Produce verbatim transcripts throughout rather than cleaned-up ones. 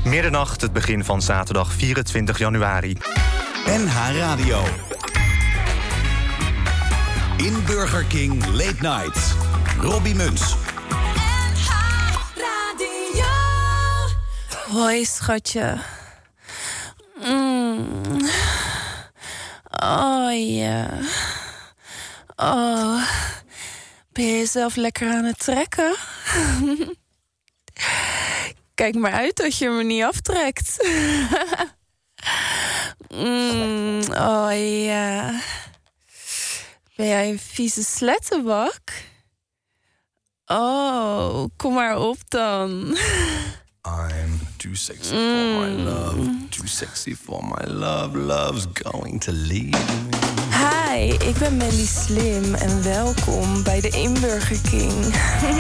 Middernacht, het begin van zaterdag vierentwintig januari. N H Radio. In Burger King Late Night. Robbie Muns. N H Radio. Hoi, schatje. Mm. Oh ja. Oh. Ben je jezelf lekker aan het trekken? Kijk maar uit dat je me niet aftrekt. mm. Oh ja. Ben jij een vieze slettenbak? Oh, kom maar op dan. I'm too sexy for my love. Too sexy for my love. Love's going to leave me. Hi, ik ben Mandy Slim en welkom bij de Inburger King.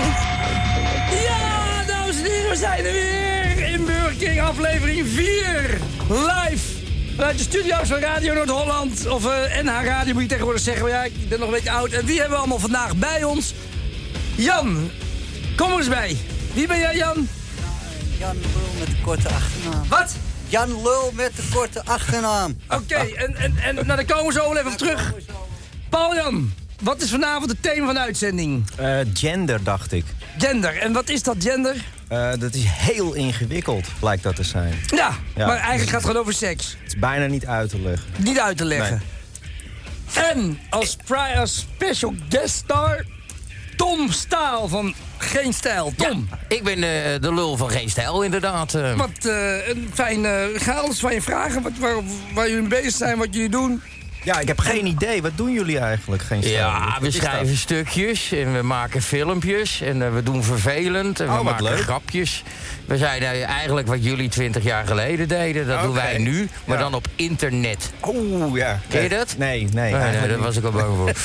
Ja, dames en heren, we zijn er weer. Inburger King, aflevering vier. Live vanuit de studio's van Radio Noord-Holland. Of uh, N H Radio moet je tegenwoordig zeggen. Maar ja, ik ben nog een beetje oud. En wie hebben we allemaal vandaag bij ons? Jan, kom er eens bij. Wie ben jij, Jan? Jan Lul met de korte achternaam. Wat? Jan Lul met de korte achternaam. Oké, okay, en, en, en nou, dan komen we zo wel even op terug. Paul-Jan, wat is vanavond het thema van de uitzending? Uh, gender, dacht ik. Gender, en wat is dat gender? Uh, dat is heel ingewikkeld, lijkt dat te zijn. Ja, ja. Maar eigenlijk gaat het gewoon over seks. Het is bijna niet uit te leggen. Niet uit te leggen. Nee. En als, pri- als special guest star... Tom Staal van Geen Stijl. Tom. Ja, ik ben uh, de lul van Geen Stijl, inderdaad. Uh. Wat uh, een fijn... Uh, ga alles van je vragen, wat, waar, waar jullie mee bezig zijn, wat jullie doen. Ja, ik heb geen idee. Wat doen jullie eigenlijk, Geen Stijl? Ja, we schrijven dat? stukjes en we maken filmpjes. En uh, we doen vervelend en oh, we maken leuk. grapjes. We zijn uh, eigenlijk wat jullie twintig jaar geleden deden. Dat okay. doen wij nu, maar ja. dan op internet. Oeh, ja. Ken je dat? Nee, nee. nee, nee daar was ik al bang voor.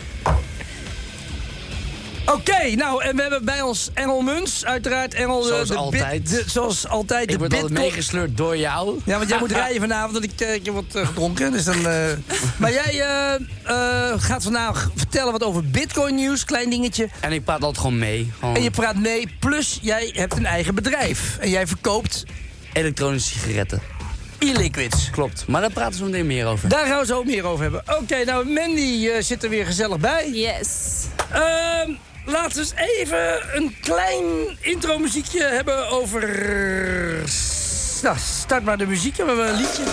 Oké, okay, nou, en we hebben bij ons Engel Muns, uiteraard. Engel, zoals de altijd. Bit, de, zoals altijd. Ik de word altijd meegesleurd door jou. Ja, want jij moet rijden vanavond, want ik, uh, ik heb wat uh, gedronken. Dus dan, uh... maar jij uh, uh, gaat vandaag vertellen wat over Bitcoin nieuws, klein dingetje. En ik praat altijd gewoon mee. Gewoon... En je praat mee, plus jij hebt een eigen bedrijf. En jij verkoopt... elektronische sigaretten. E-liquids. Klopt, maar daar praten we zo meteen meer over. Daar gaan we zo meer over hebben. Oké, okay, nou, Mandy uh, zit er weer gezellig bij. Yes. Ehm... Uh, Laten we eens even een klein intro-muziekje hebben over... Nou, start maar de muziek, we hebben een liedje.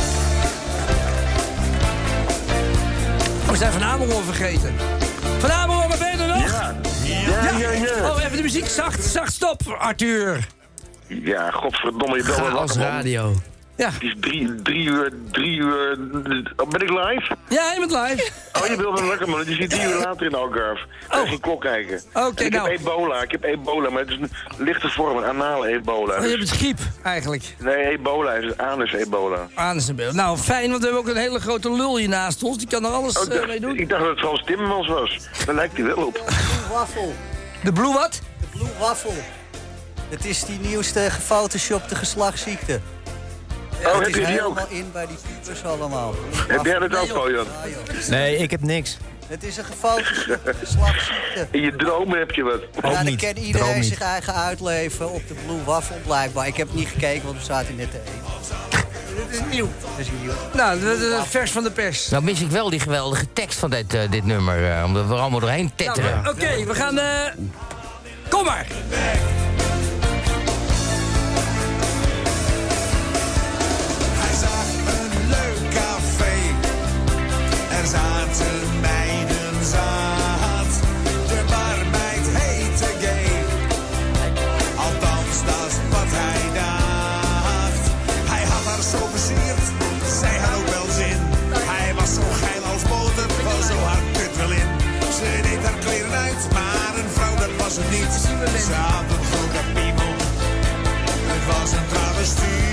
Oh, we zijn Van Amerongen vergeten. Van Amerongen, waar ben je er nog? Ja. Ja, ja, ja. Oh, even de muziek zacht, zacht stop, Arthur. Ja, godverdomme, je belt wel als radio. Ja. Het is drie, drie uur, drie uur... Oh, ben ik live? Ja, je bent live. Oh, je bent wel lekker, man. Het is hier drie uur later in Algarve. Ik kan oh. geen klok kijken. Oké, okay, ik nou. heb ebola, ik heb ebola, maar het is een lichte vorm, een anale ebola. Oh, je hebt het griep, eigenlijk. Nee, ebola is anus ebola. Anus ebola. Nou, fijn, want we hebben ook een hele grote lul hier naast ons. Die kan er alles oh, uh, mee doen. Ik dacht dat het Frans Timmermans was. Daar lijkt hij wel op. De Blue Waffle. De Blue wat? De Blue Waffle. Het is die nieuwste gefotoshopte geslachtsziekte. Ja, oh, het heb is je die helemaal ook? in bij die pubers allemaal. Heb jij dat ook, Paul-Jan? Nee, ik heb niks. Het is een gefotoshopte geslachtsziekte. In je dromen heb je wat? Ja, dan niet. kan iedereen zich eigen uitleven op de Blue Waffle blijkbaar. Ik heb het niet gekeken, want we zaten net te eten. Dit is nieuw. Dat is nieuw. Nou, dat is vers van de pers. Nou mis ik wel die geweldige tekst van dit, uh, dit nummer. Uh, omdat we er allemaal doorheen tetteren. Nou, Oké, okay, we gaan... Uh... Kom maar! Er zaten meiden zat, de barmeid heette gay. Althans, dat is wat hij dacht. Hij had haar zo versierd, zij had ook wel zin. Hij was zo geil als boter, was zo hard kut wel in. Ze deed haar kleren uit, maar een vrouw dat was het niet. Ze had een grote piemel, het was een travestie.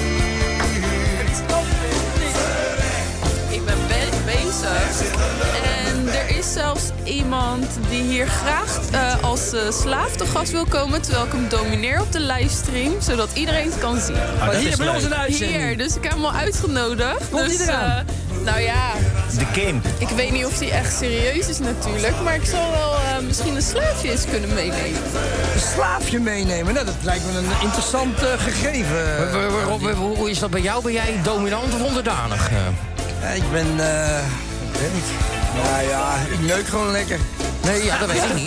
Ik ben bezig. En er is zelfs iemand die hier graag uh, als uh, slaaf te gast wil komen, terwijl ik hem domineer op de livestream, zodat iedereen het kan zien. Oh, hier bij ons een uitzending. Hier, dus ik heb hem al uitgenodigd. Komt dus, hij eraan? Uh, nou ja. De Kim. Ik weet niet of hij echt serieus is natuurlijk, maar ik zal wel... Uh, misschien een slaafje eens kunnen meenemen. Een slaafje meenemen, nou, dat lijkt me een interessant uh, gegeven. Waar- waar- waar- Hoe is dat bij jou? Ben jij dominant of onderdanig? eh? Ja, ik ben, eh, ik weet niet. Nou ja, ik neuk gewoon lekker. Nee, ja, dat weet ik niet.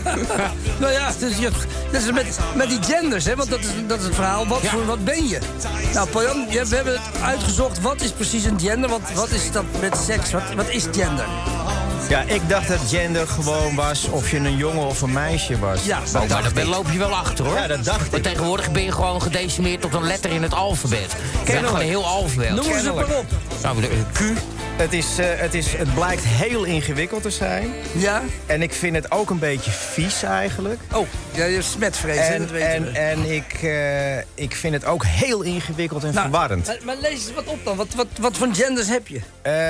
Nou ja, dus je, dat is met, met die genders, hè, want dat is, dat is het verhaal. Wat, Ja. voor, wat ben je? Nou, Pajan, je- we hebben het uitgezocht. Wat is precies een gender? Wat, wat is dat met seks? Wat, wat is gender? Ja, ik dacht dat gender gewoon was of je een jongen of een meisje was. Ja, Oh, maar daar loop je wel achter, hoor. Ja, dat dacht Maar ik. tegenwoordig ben je gewoon gedecimeerd tot een letter in het alfabet. Je bent gewoon een heel alfabet. Noem eens het maar op. Nou, de Q. Het, is, uh, het, is, het blijkt heel ingewikkeld te zijn. Ja? En ik vind het ook een beetje vies eigenlijk. Oh, ja, je hebt smetvrees, hè, dat En, weten we. en, en ik, uh, ik vind het ook heel ingewikkeld en Nou, verwarrend. Maar, maar lees eens wat op dan. Wat, wat, wat voor genders heb je?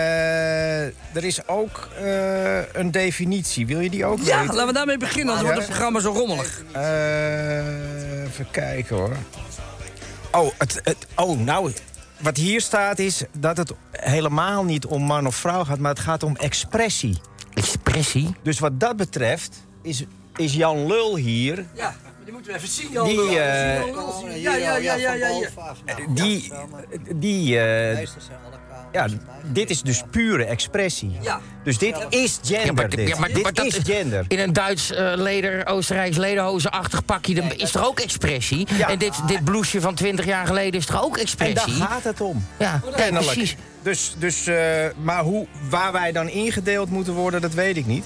Uh, er is ook uh, een definitie. Wil je die ook Ja, weten? laten we daarmee beginnen, anders Ja. wordt het programma zo rommelig. Uh, even kijken hoor. Oh, het, het, oh, nou, wat hier staat is dat het helemaal niet om man of vrouw gaat, maar het gaat om expressie. Expressie? Dus wat dat betreft is, is Jan Lul hier. Ja, maar die moeten we even zien, Jan. Die, Lul. eh, Jan Lul zien. Ja, ja, ja, ja, ja. ja. Die, die, uh, ja, dit is dus pure expressie. Ja. Dus dit is gender. Ja, maar, dit ja, maar, dit maar dat is gender. In een Duits uh, leder, Oostenrijks lederhozenachtig pakje, dan is er ook expressie. Ja. En dit, dit blouseje van twintig jaar geleden is toch ook En expressie? daar gaat het om. Ja, ja, Kennelijk. precies. Dus, dus, uh, maar hoe, waar wij dan ingedeeld moeten worden, dat weet ik niet.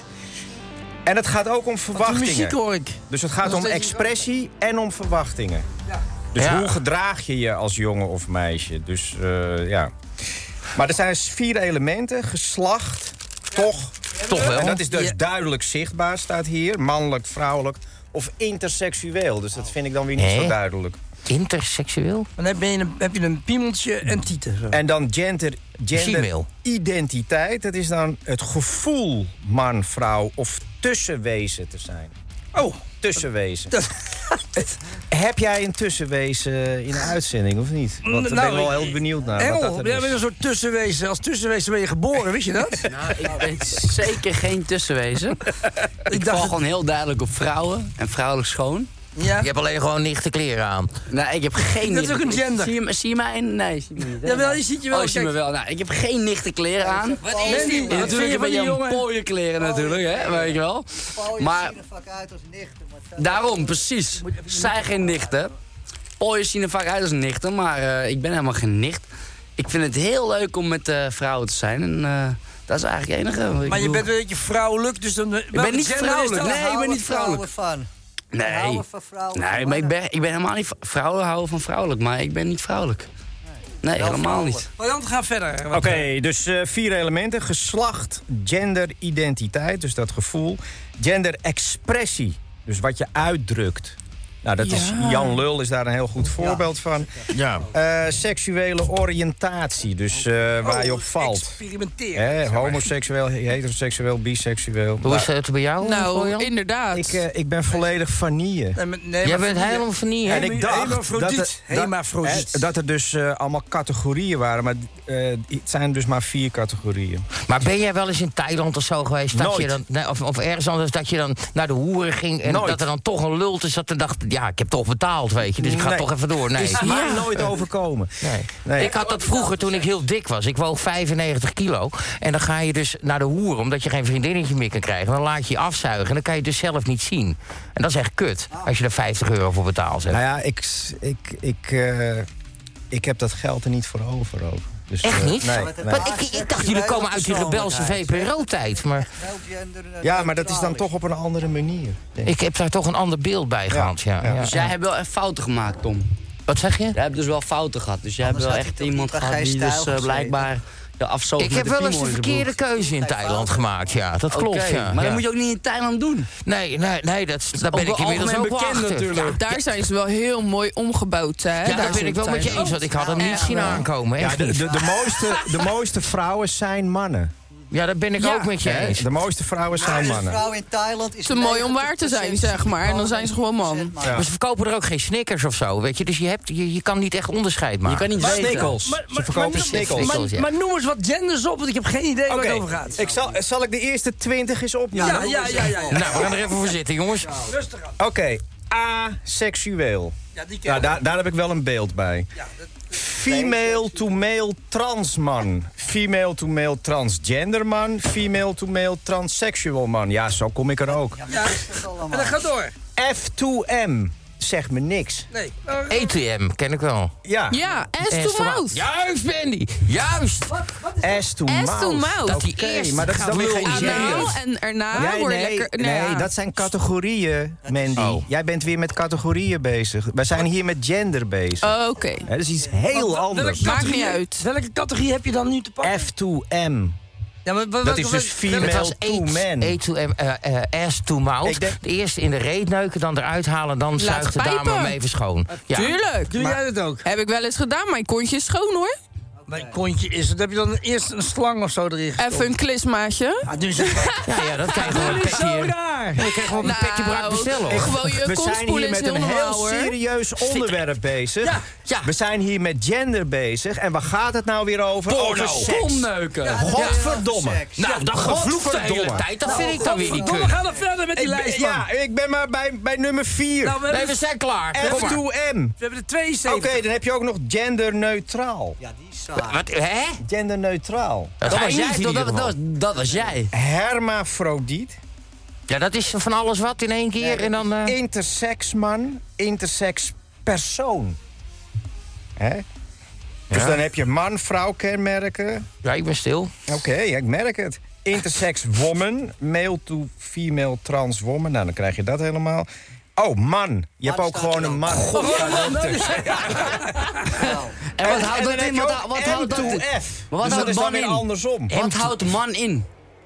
En het gaat ook om verwachtingen. muziek hoor ik. Dus het gaat Dat om is deze- expressie en om verwachtingen. Ja. Dus Ja. hoe gedraag je je als jongen of meisje? Dus uh, ja. Maar er zijn dus vier elementen. Geslacht, toch. Toch wel. En dat is dus Ja. duidelijk zichtbaar, staat hier. Mannelijk, vrouwelijk of interseksueel. Dus dat vind ik dan weer niet Hè? zo duidelijk. Interseksueel? Dan heb je een, heb je een piemeltje en tieten. Zo. En dan gender, gender Female. identiteit. Dat is dan het gevoel man, vrouw of tussenwezen te zijn. Oh, Tussenwezen. Heb jij een tussenwezen in de uitzending of niet? Want daar ben ik wel heel benieuwd naar. Wat dat Engel, er jij is. bent een soort tussenwezen. Als tussenwezen ben je geboren, wist je dat? Nou, ik ben zeker geen tussenwezen. Ik val gewoon heel duidelijk op vrouwen en vrouwelijk schoon. Ja. Je hebt alleen gewoon nichte kleren aan. Nou, ik heb geen... Dat is ook een gender. Zie je, me- zie je mij? Nee, zie je me niet. hè? Jawel, je ziet je wel. Oh, je ziet me Kijk. wel. Nou, ik heb geen nichte kleren aan. Wat is die? Ja, natuurlijk een beetje een pooie kleren natuurlijk, hè, weet je wel. Maar uit als nichten. Maar daarom, precies. Zij geen nichten. Pooiers zien er vaak uit als nichten, maar uh, ik ben helemaal geen nicht. Ik vind het heel leuk om met uh, vrouwen te zijn en uh, dat is eigenlijk het enige. Ik Maar je bedoel- bent een beetje vrouwelijk, dus dan... Ik ben niet vrouwelijk, nee, ik ben niet vrouwelijk. Van. Nee, Houden van vrouwen. nee maar ik ben, ik ben helemaal niet... Vrouwen houden van vrouwelijk, maar ik ben niet vrouwelijk. Nee, helemaal niet. Maar dan gaan we verder. Oké, dus uh, vier elementen. Geslacht, gender, identiteit, dus dat gevoel. Gender, expressie, dus wat je uitdrukt. Nou, dat is, Jan Lul is daar een heel goed voorbeeld van. Ja. Uh, seksuele oriëntatie, dus uh, waar je op valt. Experimenteer. Hè, homoseksueel, heteroseksueel, biseksueel. Hoe is het bij jou? Nou, Bojan? inderdaad. Ik, uh, ik ben volledig vanille. Nee, maar- nee, Jij maar bent voor- helemaal van niet, hè? En ik dacht dat Hermafrodiet. er, dat, Hermafrodiet. hè, dat er dus uh, allemaal categorieën waren, maar uh, het zijn dus maar vier categorieën. Maar ben jij wel eens in Thailand of zo geweest? Dat Nooit. je dan, nee, of, of ergens anders dat je dan naar de hoeren ging en Nooit. dat er dan toch een lult is dat er dacht, ja, ik heb toch betaald, weet je, dus ik ga Nee. toch even door. Nee. Is mij Ja. nooit overkomen. Nee. Nee. Ik had dat vroeger toen ik heel dik was. Ik woog vijfennegentig kilo. En dan ga je dus naar de hoer, omdat je geen vriendinnetje meer kan krijgen. Dan laat je je afzuigen en dan kan je het dus zelf niet zien. En dat is echt kut, als je er vijftig euro voor betaalt. Zeg. Nou ja, ik, ik, ik, uh, ik heb dat geld er niet voor over. Ook. Dus, Echt uh, niet? Nee, Maar nee. ik, ik dacht, jullie komen uit die rebelse V P R O-tijd. Maar Ja, maar dat is dan toch op een andere manier. Denk ik. ik heb daar toch een ander beeld bij gehad. Ja, ja. ja. Dus jij hebt wel echt fouten gemaakt, Tom. Wat zeg je? Jij hebt dus wel fouten gehad. Dus jij hebt Anders wel had echt hij toch iemand niet bij gehad Geen die dus Stijl uh, gezeten. blijkbaar de afzoog Ik met heb de wel eens piemel de in zijn verkeerde broek. keuze in Thailand gemaakt, ja. Dat klopt, Oké, ja. maar ja. dat moet je ook niet in Thailand doen. Nee, nee, nee dat, daar ben ook ik wel inmiddels ook algemeen wel bekend achter. natuurlijk. Ja, Daar zijn ze wel heel mooi omgebouwd, hè? ja, daar daar ben ik wel met je eens, want ik had hem niet zien aankomen. Ja, Echt de, niet. de, de, mooiste, de mooiste vrouwen zijn mannen. Ja, dat ben ik Ja. ook met je Hè? eens. De mooiste vrouwen zijn De mannen. vrouw in Thailand is Te mooi om waar te zijn, zeg maar. En dan zijn ze gewoon man. Ja. Maar ze verkopen er ook geen Snickers of zo, weet je. Dus je, hebt, je, je kan niet echt onderscheid maken. Je kan niet Maar- weten. Snickels. Maar- Ze maar- verkopen maar- snickels. Maar, ja. maar noem eens wat genders op, want ik heb geen idee waar Oké, het over gaat. ik zal, zal ik de eerste twintig eens opnoemen? Ja, ja, ja, ja. ja. Nou, we gaan er even voor zitten, jongens. Rustig aan. Oké, aseksueel. Ja, die ken Nou, ik. daar, daar heb ik wel een beeld bij. Ja, dat- Female to male transman. Female to male transgender man. Female to male transsexual man. Ja, zo kom ik er ook. Ja, en dat gaat door. F twee M. Zegt me niks. Nee. A T M, ken ik wel. Ja. Ja, ass to Ass to mouth. Juist, Bandy. Juist. Ass to Ass mouth. to mouth. Dat die Oké, eerst maar dat is gaat dan weer geen lullen. gender. Anaal en erna Jij, word je nee, lekker... nou nee, ja. dat zijn categorieën, Mandy. Oh. Jij bent weer met categorieën bezig. Wij zijn hier met gender bezig. Oh, Oké. Hè, dat is iets heel Wat- anders. welke Maakt categorie- niet uit. Welke categorie heb je dan nu te pakken? F twee M. Ja, maar, wat- Dat wat- is dus wat- female Het was to man. A to M, eh, eh, ass to mouth. Ik denk- De eerste in de reet neuken, dan eruit halen, dan zuigt de dame pijpen. hem even schoon. Ja. Tuurlijk. Doe jij dat ook? Heb ik wel eens gedaan. Mijn kontje is schoon, hoor. Mijn kontje is het. Heb je dan eerst een slang of zo erin gestopt? Even een klismaatje. Ah, doe eens even. Ja, ja, dat krijg je gewoon een Doe niet zo petje. raar. Ja, je krijgt gewoon een petje brak bestellen. hoor. Nou, gewoon je We kont zijn hier spoelen is met heel een normaal, heel hoor. serieus onderwerp bezig. Ja, ja. We zijn hier met gender bezig. En waar gaat het nou weer over? Porno. Over seks. Pomneuken. Godverdomme. Nou, dat gevloekt de hele Godverdomme. tijd. Dat vind ik dan weer niet Domme, kunnen. ga dan verder met die Ik ben, lijst, man. ja, ik ben maar bij, bij nummer vier. Nou, we, Nee, hebben, we zijn klaar. F Kom maar. twee M. we hebben er tweeënzeventig. Oké, dan heb je ook nog genderneutraal. Ja, die is saai. Wat, hè? Genderneutraal. Dat, Dat ga was je jij, niet in toch? ieder Dat, geval. dat, was- dat was jij. Hermafrodiet. Ja, dat is van alles wat in één keer en dan... eh, Intersexman. Intersexpersoon. Hè? Dus Ja. dan heb je man-vrouw kenmerken. Ja, ik ben stil. Oké, ja, ik merk het. Intersex woman, male to female trans woman. Nou, dan krijg je dat helemaal. Oh, man. Je hebt ook staat gewoon er een ook. man. En wat En houdt dan dat heb in? je Wat, ook wat houdt dat M in? to F. Maar wat Dus dat houdt is dan man weer in? andersom. Wat houdt man in?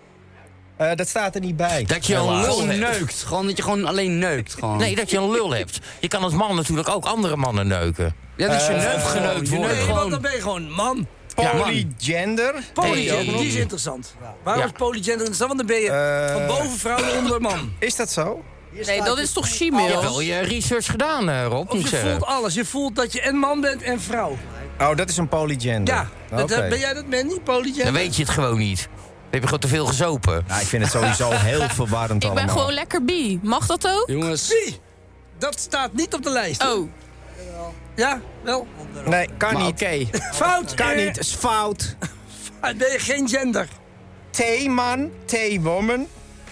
Eh, dat staat er niet bij. Dat je een Gewoon lul hebt. neukt. Gewoon dat je gewoon alleen neukt. Gewoon. Nee, dat je een lul hebt. Je kan als man natuurlijk ook andere mannen neuken. Ja, dus je Eh, neukt geneukt Nee, worden. want dan Gewoon. ben je gewoon man. Ja, man. Polygender. Polygender, Hey, die is interessant. Waarom Ja. is polygender interessant? Want dan ben je Eh, van boven vrouw en onder man. Is dat zo? Nee, dat is toch Je hebt Gmail? wel je research gedaan, eh, Rob, Of moet je ik zeggen. voelt alles. Je voelt dat je en man bent en vrouw. Oh, dat is een polygender. Ja, dat, Oké. ben jij dat Mandy? Polygender? Dan weet je het gewoon niet. Dan heb je gewoon te veel gezopen. Nou, ik vind het sowieso heel verwarrend Ik allemaal. ben gewoon lekker bi. Mag dat ook? Jongens. Zie, dat staat niet op de lijst. Oh, Ja, wel. Nee, kan Maar niet. oké. Fout. Kan Eh, niet, is fout. Ben je geen gender? T-man, T-woman,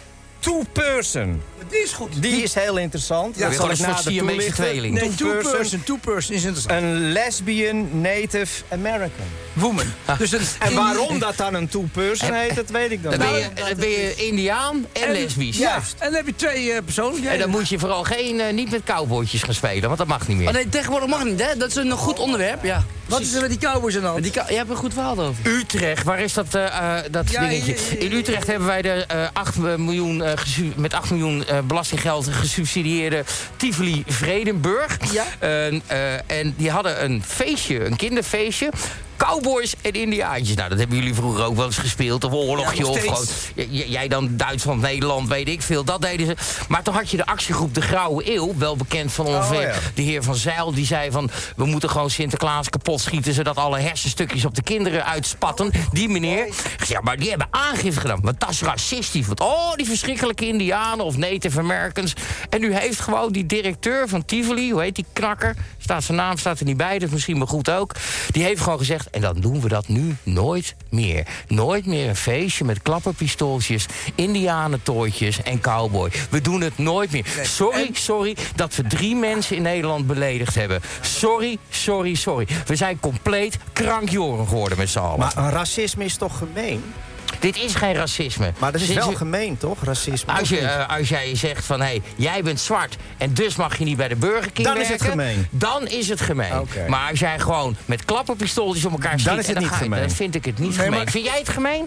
two-person. Die is goed. Die is heel interessant. Ja, dat zal gewoon ik een soort nader Siamese toelichten. tweeling. Nee, Two-person. two-person. Two-person is interessant. Een lesbian Native American. Woman. Dus een, En waarom dat dan een two-person heet, dat weet ik dan Dan ben niet. je, dan ben je indiaan en lesbisch. Ja, en dan heb je twee uh, persoonlijkheden. En dan moet je vooral geen, eh, niet met cowboytjes gaan spelen, want dat mag niet meer. Oh nee, tegenwoordig mag niet, hè? Dat is een goed onderwerp, ja. Wat is er met die cowboys aan de hand? Die ka- je hebt een goed verhaal over. Utrecht, waar is dat, eh, eh, dat Ja, dingetje? ja, ja, ja. In Utrecht hebben wij de eh, acht miljoen, eh, gesu- met acht miljoen eh, belastinggeld gesubsidieerde Tivoli Vredenburg. Ja. Eh, eh, en die hadden een feestje, een kinderfeestje. Cowboys en Indiaantjes. Nou, dat hebben jullie vroeger ook wel eens gespeeld. Of oorlogje. Ja, nog of steeds. gewoon, j- j- jij dan Duitsland, Nederland, weet ik veel. Dat deden ze. Maar toen had je de actiegroep De Grauwe Eeuw. Wel bekend van ongeveer Oh, ja. de heer Van Zijl. Die zei van, we moeten gewoon Sinterklaas kapot schieten. Zodat alle hersenstukjes op de kinderen uitspatten. Die meneer. Ja, maar die hebben aangifte gedaan. Want dat is racistisch. Want oh, die verschrikkelijke Indianen of Native Americans. En nu heeft gewoon die directeur van Tivoli, hoe heet die knakker? Staat zijn naam staat er niet bij, dat is misschien maar goed ook. Die heeft gewoon gezegd, en dan doen we dat nu nooit meer. Nooit meer een feestje met klapperpistooltjes, indianentooitjes en cowboy. We doen het nooit meer. Sorry, sorry dat we drie mensen in Nederland beledigd hebben. Sorry, sorry, sorry. We zijn compleet krankjoren geworden met z'n allen. Maar een racisme is toch gemeen? Dit is geen racisme. Maar dat is Sinds wel je- gemeen, toch? Racisme. Als, of je, niet? eh, als jij zegt van, hé, hey, jij bent zwart en dus mag je niet bij de Burger King Dan is werken, het gemeen. Dan is het gemeen. Oké. Maar als jij gewoon met klapperpistooltjes op elkaar schiet, is het en niet ga je- gemeen. dan vind ik het niet Nee, gemeen. maar- Vind jij het gemeen?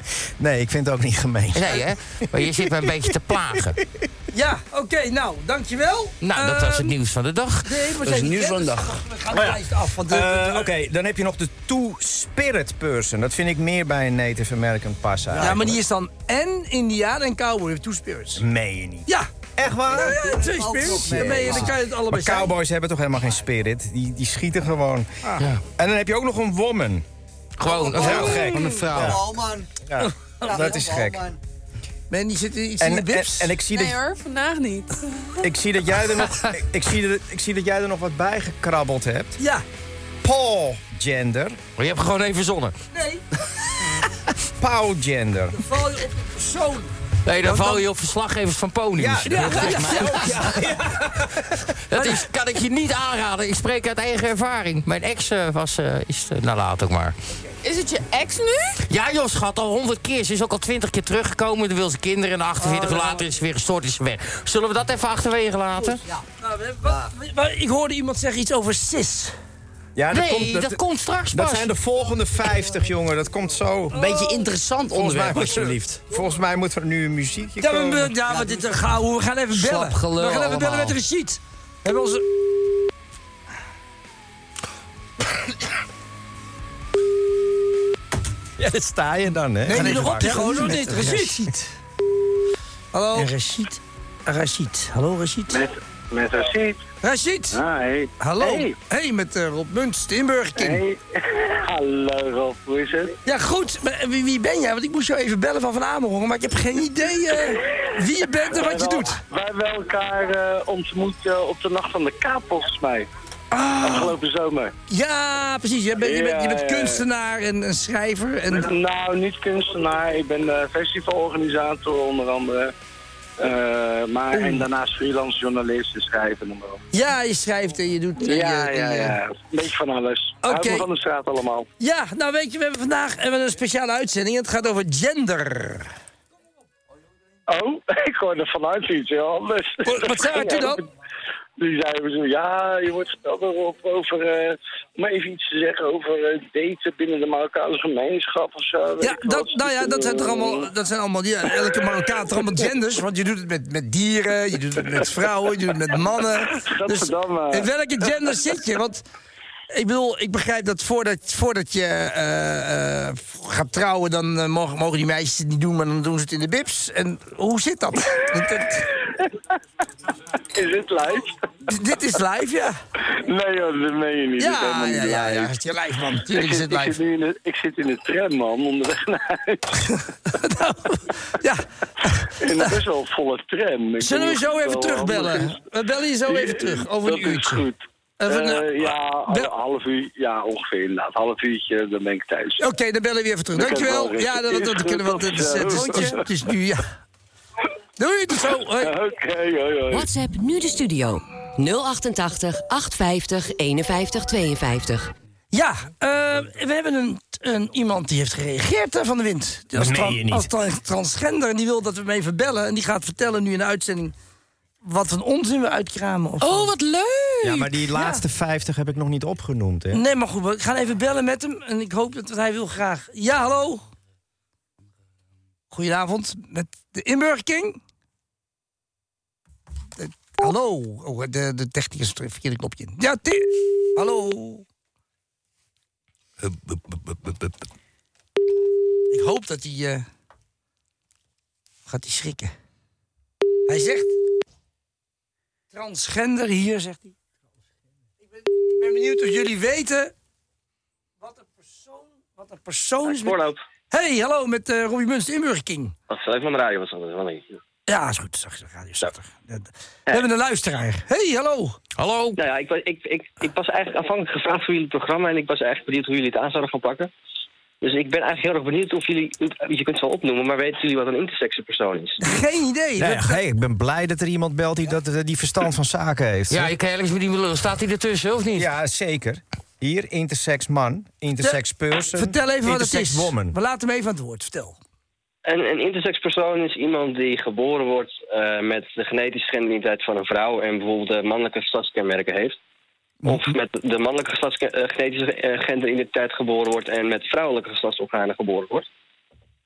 Nee, ik vind het ook niet gemeen. Nee, hè? Maar je zit me een beetje te plagen. Ja, oké, okay, nou, dankjewel. Nou, dat was het nieuws van de dag. Nee, maar Dat is het nieuws van de dag. We gaan de lijst af. Want de, Uh, de- Oké, okay, dan heb je nog de two-spirit person. Dat vind ik meer bij een Native American passen. Ja, maar die is dan en Indiaan en cowboy. Two spirits. Meen je niet? Ja. Echt waar? Ja, ja, twee spirits. Dan, ben je, dan kan je het allebei Maar zijn. cowboys hebben toch helemaal geen spirit? Die, die schieten gewoon. Ah. Ja. En dan heb je ook nog een woman. Gewoon Dat is heel gek. Van een vrouw. Ja. Balman. Ja, dat is gek. Man, die zit iets in En, de en, bips. en ik, zie Nee dat, hoor, vandaag niet. ik zie dat jij er nog, ik, ik, zie dat, ik zie dat jij er nog wat bij gekrabbeld hebt. Ja. Paul gender. Maar je hebt gewoon even verzonnen. Nee, Paul gender. dan val je op de persoon. Nee, dan val je op verslaggevers van Ponius. Ja, ja, Dat is mij- Dat is, kan ik je niet aanraden. Ik spreek uit eigen ervaring. Mijn ex eh, was, uh, is uh, nalaat ook maar. Is het je ex nu? Ja joh, schat, al honderd keer. Ze is ook al twintig keer teruggekomen. Dan wil ze kinderen en achtenveertig uur later is ze weer gestort, is ze weg. Zullen we dat even achterwege laten? Nou, we- wa- wa- ik hoorde iemand zeggen iets over cis. Ja, Nee, dat komt straks Dat pas. zijn de volgende vijftig, jongen. Dat komt zo. Een beetje interessant Volgens mij, onderwerp, moet je- alsjeblieft. volgens mij moet er nu een muziekje Ja, komen. we, ja, maar dit, uh, gaan, we gaan even Slap bellen. gelul we gaan even bellen allemaal. met Rashid. We hebben onze... Ja, dat sta je dan, hè? Neem je Ga nog op, even je gewoon nog wachten. niet. Rashid. Hallo. Rashid. Rashid. Hallo, Rashid. Met, met Rashid. Rashid. Ah, hey. Hallo. Hey. Hey, met uh, Rob Muntz, de Burger King. Hey. Hallo Rob, hoe is het? Ja, goed. Maar wie, wie ben jij? Want ik moest jou even bellen van Van Amerongen, maar ik heb geen idee eh, wie je bent en wat je Wij doet. wel- Wij hebben elkaar uh, ontmoet uh, op de Nacht van de Kaap, volgens mij. Ah. Afgelopen zomer. Ja, precies. Je bent, je bent, je bent Ja, ja, ja. kunstenaar en een schrijver. En... Nou, niet kunstenaar. Ik ben uh, festivalorganisator onder andere. Uh, maar en daarnaast freelance journalist en schrijver. noem maar op. Ja, je schrijft en je doet... eh, Ja, je- ja, je- ja. Een beetje van alles. Oké. Hou me van de straat allemaal. Ja, nou weet je, we hebben vandaag hebben we een speciale uitzending. Het gaat over gender. Oh, ik hoorde vanuit iets heel anders. Wat- wat zei u dan? Die zeiden zo, ja, je wordt gesteld erop over, uh, om even iets te zeggen over uh, daten binnen de Marokkaanse gemeenschap of zo. weet Ja, ik dat, wat. nou ja, dat zijn toch allemaal, dat zijn allemaal ja, elke Marokkaan heeft toch allemaal genders. Want je doet het met, met dieren, je doet het met vrouwen, je doet het met mannen. Dus Gadverdamme. in welke gender zit je? Want ik bedoel, ik begrijp dat voordat, voordat je eh, eh, gaat trouwen, dan eh, mogen, mogen die meisjes het niet doen, maar dan doen ze het in de bips. En hoe zit dat? Dat- dat- Is het live? dit is live, ja. Nee joh, dat meen je niet. Dat is Ja, helemaal niet ja, ja, live. ja. Het is je live, man. Ik Tuurlijk is zit, het ik, zit live. nu in de, ik zit in de tram, man, onderweg naar huis. Nou, ja. In een best wel volle tram. Ik Zullen we weet zo niet of even het wel handig terugbellen? is. We bellen je zo even terug, over Dat een uurtje. is goed. Even, Eh, nou, ja, bel- een half uur. Ja, ongeveer inderdaad. Half uurtje, dan ben ik thuis. Oké, dan bellen we je even terug. Dan kan ik Dankjewel. wel Ja, rustig. dat, dat, dat kunnen we. want Het is, het, is, het, is, het is nu, ja. Doei, tot zo. Hoi. Oké, hoi, hoi. WhatsApp nu de studio. nul achtentachtig, achtenvijftig, eenenvijftig, tweeënvijftig. Ja, eh, we hebben een, een, iemand die heeft gereageerd hè, van de wind. Die Als, Dat meen tran- je niet. als tra- transgender. En die wil dat we hem even bellen. En die gaat vertellen nu in de uitzending wat een onzin we uitkramen. Of zo. Oh, wat leuk! Ja, maar die laatste vijftig heb ik nog niet opgenoemd, hè? Nee, maar goed, we gaan even bellen met hem. En ik hoop dat want hij wil graag. Ja, hallo. Goedenavond, met de Inburger King. De- hallo. Oh, de, de technicus heeft het verkeerde knopje in. Ja, ti- hallo. Ik hoop dat hij... eh, gaat hij schrikken. Hij zegt... Transgender hier, zegt hij. Ik ben, ik ben benieuwd of jullie weten... Wat een persoon, wat een persoon is... Met... Voorloop. Hey, hallo, met uh, Robbie Muns, de Inburger King. Wat is even van de radio? Was dat wel niet? Ja, is goed. Zag je, de radio staat er. We hebben een luisteraar. Hey, hallo. Hallo. Nou ja, ik, was- ik, ik, ik was eigenlijk aanvankelijk gevraagd voor jullie programma en ik was eigenlijk benieuwd hoe jullie het aan zouden gaan pakken. Dus ik ben eigenlijk heel erg benieuwd of jullie, je kunt het wel opnoemen, maar weten jullie wat een intersexe persoon is? Geen idee. Nee, hey, ik ben blij dat er iemand belt die, dat, die verstand van zaken heeft. Ja, ik kan ergens met die lul. Staat hij ertussen, of niet? Ja, zeker. Hier, intersex man, intersex person, Vertel even wat het intersex is. woman. We laten hem even aan het woord. Vertel. Een, een intersex persoon is iemand die geboren wordt uh, met de genetische genderidentiteit van een vrouw en bijvoorbeeld de mannelijke geslachtskenmerken heeft. Of met de mannelijke geslachtsken- uh, genetische uh, genderidentiteit geboren wordt en met vrouwelijke geslachtsorganen geboren wordt.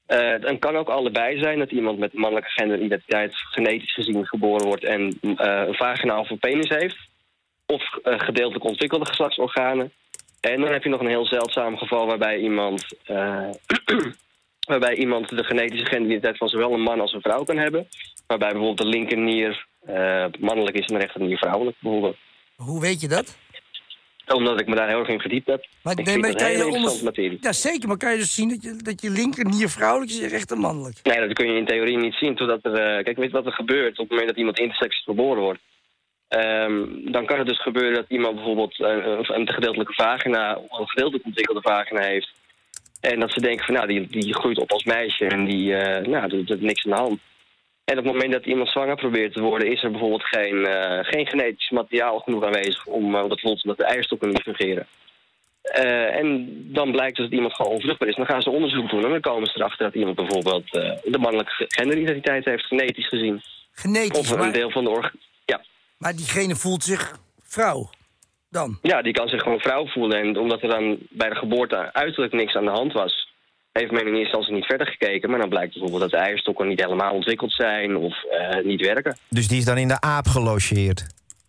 Uh, het kan ook allebei zijn dat iemand met mannelijke genderidentiteit genetisch gezien geboren wordt en uh, een vagina of een penis heeft. Of uh, gedeeltelijk ontwikkelde geslachtsorganen. En dan heb je nog een heel zeldzaam geval waarbij iemand, uh, waarbij iemand de genetische genderidentiteit van zowel een man als een vrouw kan hebben. Waarbij bijvoorbeeld de linkernier uh, mannelijk is en de rechternier vrouwelijk bijvoorbeeld. Hoe weet je dat? Omdat ik me daar heel erg in verdiept heb. Maar, ik nee, vind maar dat kan een hele je interessante onder... materie. Ja, zeker, maar kan je dus zien dat je, dat je linkernier vrouwelijk is en je rechter mannelijk? Nee, dat kun je in theorie niet zien. Totdat er, uh, kijk, weet je wat er gebeurt op het moment dat iemand intersex geboren wordt? Um, dan kan het dus gebeuren dat iemand bijvoorbeeld uh, een gedeeltelijke vagina of een gedeeltelijk ontwikkelde vagina heeft. En dat ze denken van nou, die, die groeit op als meisje en die, uh, nou, er is niks aan de hand. En op het moment dat iemand zwanger probeert te worden, is er bijvoorbeeld geen, uh, geen genetisch materiaal genoeg aanwezig om uh, dat bijvoorbeeld omdat de eierstokken niet fungeren. Uh, en dan blijkt dus dat iemand gewoon onvruchtbaar is. Dan gaan ze onderzoek doen en dan komen ze erachter dat iemand bijvoorbeeld uh, de mannelijke genderidentiteit heeft, genetisch gezien. Genetisch, Of een maar... deel van de orgaan. Ja. Maar diegene voelt zich vrouw dan? Ja, die kan zich gewoon vrouw voelen. En omdat er dan bij de geboorte uiterlijk niks aan de hand was, heeft men in eerste instantie niet verder gekeken. Maar dan blijkt bijvoorbeeld dat de eierstokken niet helemaal ontwikkeld zijn of uh, niet werken. Dus die is dan in de aap gelogeerd?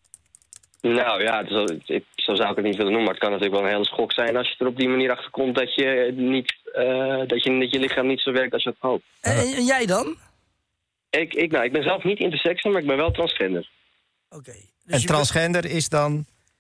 Nou ja, zo, het, zo zou ik het niet willen noemen. Maar het kan natuurlijk wel een hele schok zijn als je er op die manier achter komt dat je, niet, uh, dat je, dat je lichaam niet zo werkt als je het hoopt. En, en jij dan? Ik, ik, nou, ik ben zelf niet intersex, maar ik ben wel transgender. Oké. Okay. Dus en transgender bent... is dan?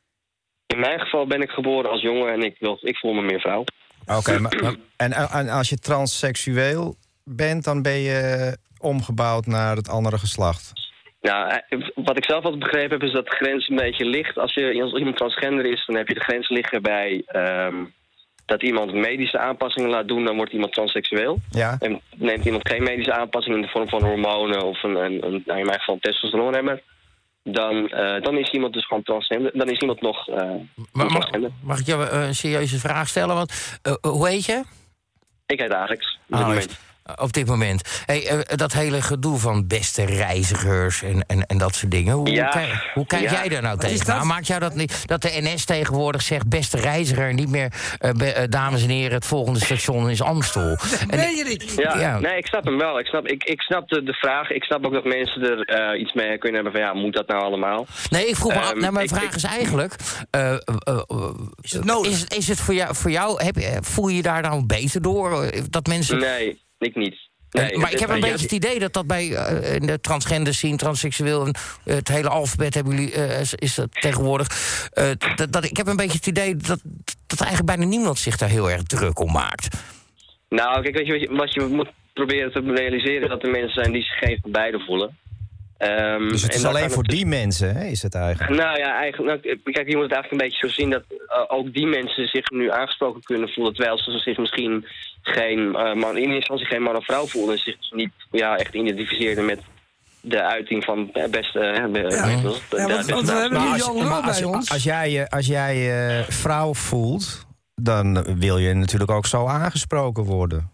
In mijn geval ben ik geboren als jongen en ik, wil, ik voel me meer vrouw. Oké, okay, maar en, en als je transseksueel bent, dan ben je omgebouwd naar het andere geslacht? Nou, wat ik zelf altijd begrepen heb, is dat de grens een beetje ligt. Als, je, als iemand transgender is, dan heb je de grens liggen bij um, dat iemand medische aanpassingen laat doen, dan wordt iemand transseksueel. Ja. En neemt iemand geen medische aanpassing in de vorm van hormonen of een, een, een nou in mijn geval een testosteronhemmer, dan, uh, dan is iemand dus gewoon transgender. Dan is iemand nog uh, maar, transgender. Mag ik jou uh, een serieuze vraag stellen? Want, uh, hoe heet je? Ik heet Alex. Op dit oh, moment. Op dit moment. Hey, uh, dat hele gedoe van beste reizigers en, en, en dat soort dingen. Hoe, ja. hoe, kijk, hoe kijk ja. jij daar nou tegen? Nou, maakt jou dat niet dat de N S tegenwoordig zegt beste reiziger, niet meer uh, be, uh, dames en heren, het volgende station is Amstel. Nee, je niet. Ja, ja. Nee, ik snap hem wel. Ik snap, ik, ik snap de, de vraag. Ik snap ook dat mensen er uh, iets mee kunnen hebben van ja, moet dat nou allemaal? Nee, ik vroeg me af. Um, nou, mijn ik, vraag ik, is eigenlijk, uh, uh, uh, is het nodig? Is, is het voor jou, voor jou heb, voel je je daar nou beter door? Dat mensen... Nee, ik niet. Nee, en, maar ik heb een beetje het idee dat dat bij uh, in de transgender scene, transseksueel, uh, het hele alfabet hebben jullie, uh, is dat tegenwoordig. Uh, dat, dat, ik heb een beetje het idee dat, dat eigenlijk bijna niemand zich daar heel erg druk om maakt. Nou, kijk, weet je, wat je, wat je moet proberen te realiseren, dat er mensen zijn die zich geen van beide voelen. Um, dus het is alleen voor die mensen, hè, is het eigenlijk? Nou ja, eigenlijk, nou, kijk, je moet het eigenlijk een beetje zo zien dat uh, ook die mensen zich nu aangesproken kunnen voelen, terwijl ze zich misschien geen uh, man, in eerste instantie geen man of vrouw voelen en zich niet ja, echt identificeerden met de uiting van uh, beste... Uh, ja. uh, ja, want, want we hebben nu Jan Lul bij als, ons. Als jij je als jij, uh, vrouw voelt, dan wil je natuurlijk ook zo aangesproken worden.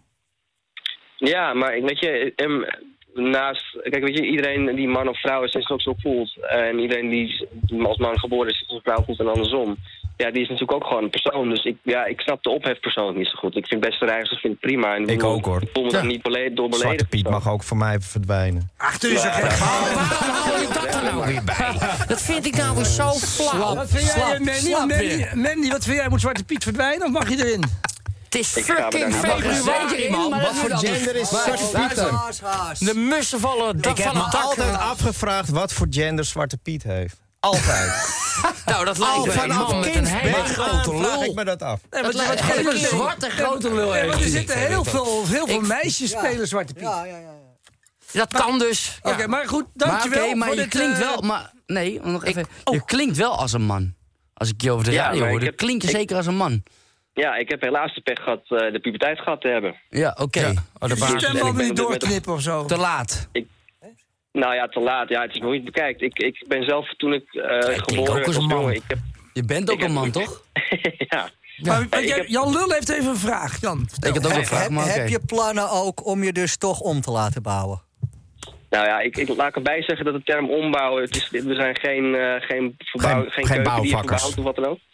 Ja, maar weet je... Um, Naast, kijk, weet je, iedereen die man of vrouw is en zich ook zo voelt. En iedereen die als man geboren is, zich als vrouw voelt en andersom. Ja, die is natuurlijk ook gewoon een persoon. Dus ik, ja, ik snap de ophef persoonlijk niet zo goed. Ik vind beste reizigers vind ik prima. En ik bedoel, ook hoor. Ik voel me ja. dan niet beledigd door beledigd. Zwarte Piet mag ook voor mij verdwijnen. Ach, tu is er geen... Waarom hou je dat er nou weer bij? Dat vind ik nou weer zo flauw. Wat vind jij, Mandy? Mandy, Mandy, wat vind jij? Moet Zwarte Piet verdwijnen of mag je erin? Het is fucking februari, man. Wat voor gender is Zwarte Piet dan? De mussen vallen dak Ik heb van me het dak. altijd afgevraagd wat voor gender Zwarte Piet heeft. Altijd. Nou, dat lijkt me een man met een hele grote lul. Vraag ik me dat af. Nee, dat lijkt me een zwarte grote lul. Nee, maar er zitten heel veel, heel veel meisjes spelen Zwarte Piet. Ja, ja, ja. Dat kan dus. Oké, okay, maar goed, dankjewel. Maar, okay, maar voor je dit, klinkt uh... wel... Maar, nee, nog even. Ik, oh. Je klinkt wel als een man. Als ik je over de ja, radio hoor, dan heb, klink je ik, zeker als een man. Ja, ik heb helaas de pech gehad uh, de puberteit gehad te hebben. Ja, oké. Okay. Ja. Oh, de baas. Stem wel niet doorknippen of zo. Te laat. Ik, nou ja, te laat. Ja, het is hoe je het bekijkt. Ik, ik ben zelf, toen ik uh, geboren was, jongen... Ik heb, je bent ook een man, heb, toch? ja. Ja. Maar, maar heb, Jan Lul heeft even een vraag. Jan, ik had ook een vraag, maar Heb okay. je plannen ook om je dus toch om te laten bouwen? Nou ja, ik, ik laat erbij zeggen dat de term ombouwen... Het is, we zijn geen, uh, geen, verbouw, geen, geen, geen keuken die je verbouwt bouwvakkers of wat dan ook.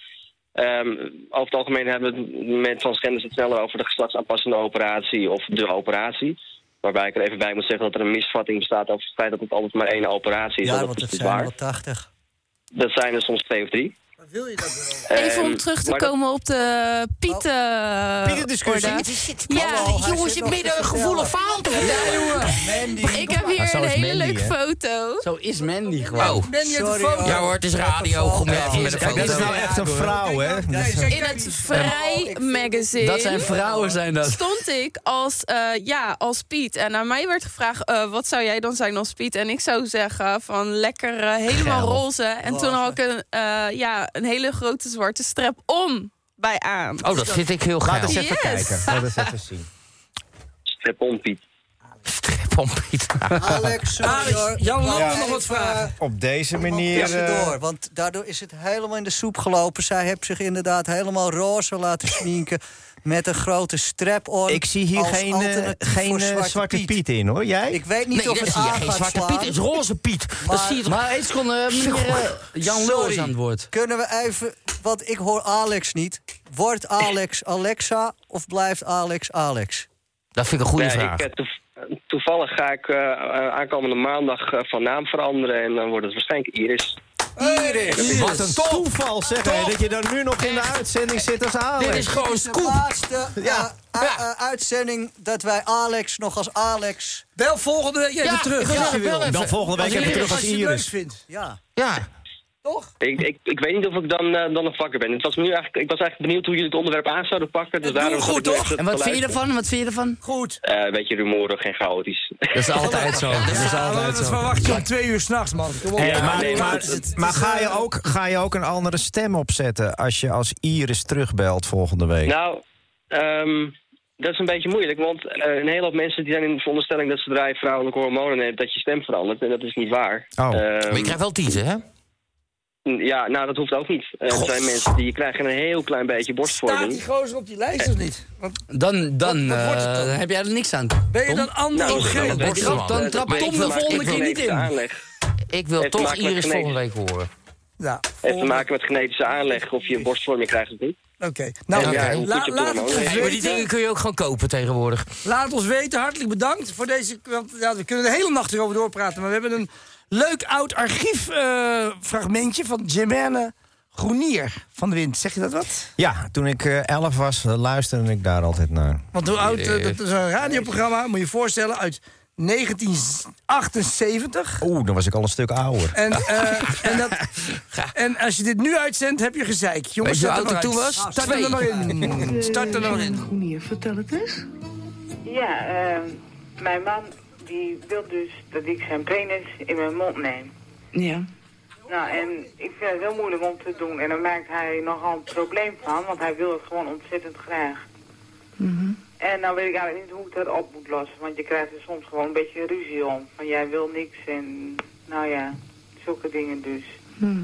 Um, over het algemeen hebben we het met transgenders het sneller over de geslachtsaanpassende operatie of de operatie. Waarbij ik er even bij moet zeggen dat er een misvatting bestaat over het feit dat het altijd maar één operatie is. Ja, dat want is het dus zijn waar. wel tachtig. Dat zijn er soms twee of drie. Wil je dat wel? Even om Um, terug te maar dat- komen op de Pieten. Pietendiscussie. orde. Ja, Hallo, hij Jongens, zit je nog midden te een gevoelig vertellen. verhaal te vertellen, jongen. Mandy. ik heb Maar hier zo een is hele Mandy, leuke hè? foto. Zo is Mandy gewoon. Oh. Mandy heeft een Sorry, foto. hoor. Ja hoor, het is radio. Goed met, Ja, met een Kijk, dit is foto. nou echt een vrouw, hè? In het Vrij magazine. Dat zijn vrouwen, zijn dat. Stond ik als, eh, ja, als Piet. En aan mij werd gevraagd, eh, wat zou jij dan zijn als Piet? En ik zou zeggen van lekker eh, helemaal Geil. roze. En toen had ik een, eh, ja, een hele grote zwarte strap om bij aan. Oh, dat vind ik heel Laat gaaf. eens even Yes. kijken. Laat eens even zien. Strep-on, Piet. Strep-on, Piet. Alex, sorry Alex, hoor. Jan Lul Ja, nog wat even, vragen. Op deze manier... Even eh, door, want daardoor is het helemaal in de soep gelopen. Zij heeft zich inderdaad helemaal roze laten sminken met een grote strap-on. ik zie hier als geen, eh, alternatief geen voor eh, Zwarte zwarte Piet. Piet in, hoor. Jij? Ik weet niet Nee, of dat het zie je aan geen gaat zwarte slaan. Piet, het is roze Piet. Dat Maar- zie je toch? Maar eens kon uh, meneer uh, Jan Lul Sorry. is aan het woord. Kunnen we even, want ik hoor Alex niet. Wordt Alex Alexa of blijft Alex Alex? Dat vind ik een goede Ja, vraag. ik, eh, toev- toevallig ga ik uh, aankomende maandag uh, van naam veranderen en dan wordt het waarschijnlijk Iris. Iris! Wat een toeval, zeg hè, dat je dan nu nog in de uitzending zit als Alex. Dit is gewoon Dit is de scoop. laatste Ja. uh, uh, uh, uitzending dat wij Alex nog als Alex... Bel volgende week even Ja, terug. ik wil als je even- wil. wel even- Dan volgende week Als even je- terug als als je het leuk Iris. vindt. Ja. Ja. Toch? Ik, ik, ik weet niet of ik dan, uh, dan nog wakker ben. Het was me nu eigenlijk, ik was eigenlijk benieuwd hoe jullie het onderwerp aan zouden pakken. Dus Dat doen we daarom goed, zat ik nu toch? even En te wat vind je luisteren. ervan? Wat vind je ervan? Goed. Uh, een beetje rumoerig en chaotisch. Dat is altijd zo. Dat is Ja, altijd dat zo. verwacht je om twee uur s'nachts, man. Kom op. Hey, Ja, maar nee, maar, maar maar, het- het- ga, je ook, ga je ook een andere stem opzetten als je als Iris terugbelt volgende week? Nou, um, dat is een beetje moeilijk. Want uh, een hele hoop mensen die zijn in de veronderstelling dat zodra je vrouwelijke hormonen neemt, dat je stem verandert. En dat is niet waar. Oh. Um, Maar je krijgt wel tieten, hè? Ja, nou, dat hoeft ook niet. Uh, er zijn mensen die krijgen een heel klein beetje Staat borstvorming. die gozer op die lijst of niet? Want Dan, dan, Wat- wat wordt het uh, dan? heb jij er niks aan. ben je Tom? dan androgeen? Nou, Dan dat is trap- dan trapt Maar Tom ik de wil- volgende ik keer wil niet in. aanleg. Ik wil Heeft te toch maken met Iris genetisch. volgende week horen. Ja, heeft te maken met genetische aanleg of je borstvorming krijgt of niet. Oké. Nou, En ja, oké. hoe La- goed je laat het hormonen ons heeft. Maar die weten. dingen kun je ook gewoon kopen tegenwoordig. Laat het ons weten. Hartelijk bedankt voor deze... Want, ja, we kunnen de hele nacht erover doorpraten. Maar we hebben een leuk oud archieffragmentje van Jemene Groenier van de Wind. Zeg je dat wat? Ja, toen ik eh, elf was, eh, luisterde ik daar altijd naar. Want hoe oud, eh, dat is een radioprogramma, moet je je voorstellen, uit negentien achtenzeventig. Oeh, dan was ik al een stuk ouder. En, eh, en, dat, en als je dit nu uitzendt, heb je gezeik. Jongens, Weet je hoe zet oud er ik maar toen uit. was? Start er Twee. maar in. Start er maar in. Groenier, vertel het eens. Ja, eh, mijn man die wil dus dat ik zijn penis in mijn mond neem. Ja. Nou, en ik vind het heel moeilijk om te doen. En daar maakt hij nogal een probleem van, want hij wil het gewoon ontzettend graag. Mhm. En nou weet ik eigenlijk niet hoe ik dat op moet lossen. Want je krijgt er soms gewoon een beetje ruzie om. Van jij wil niks en nou ja, zulke dingen dus. Hm.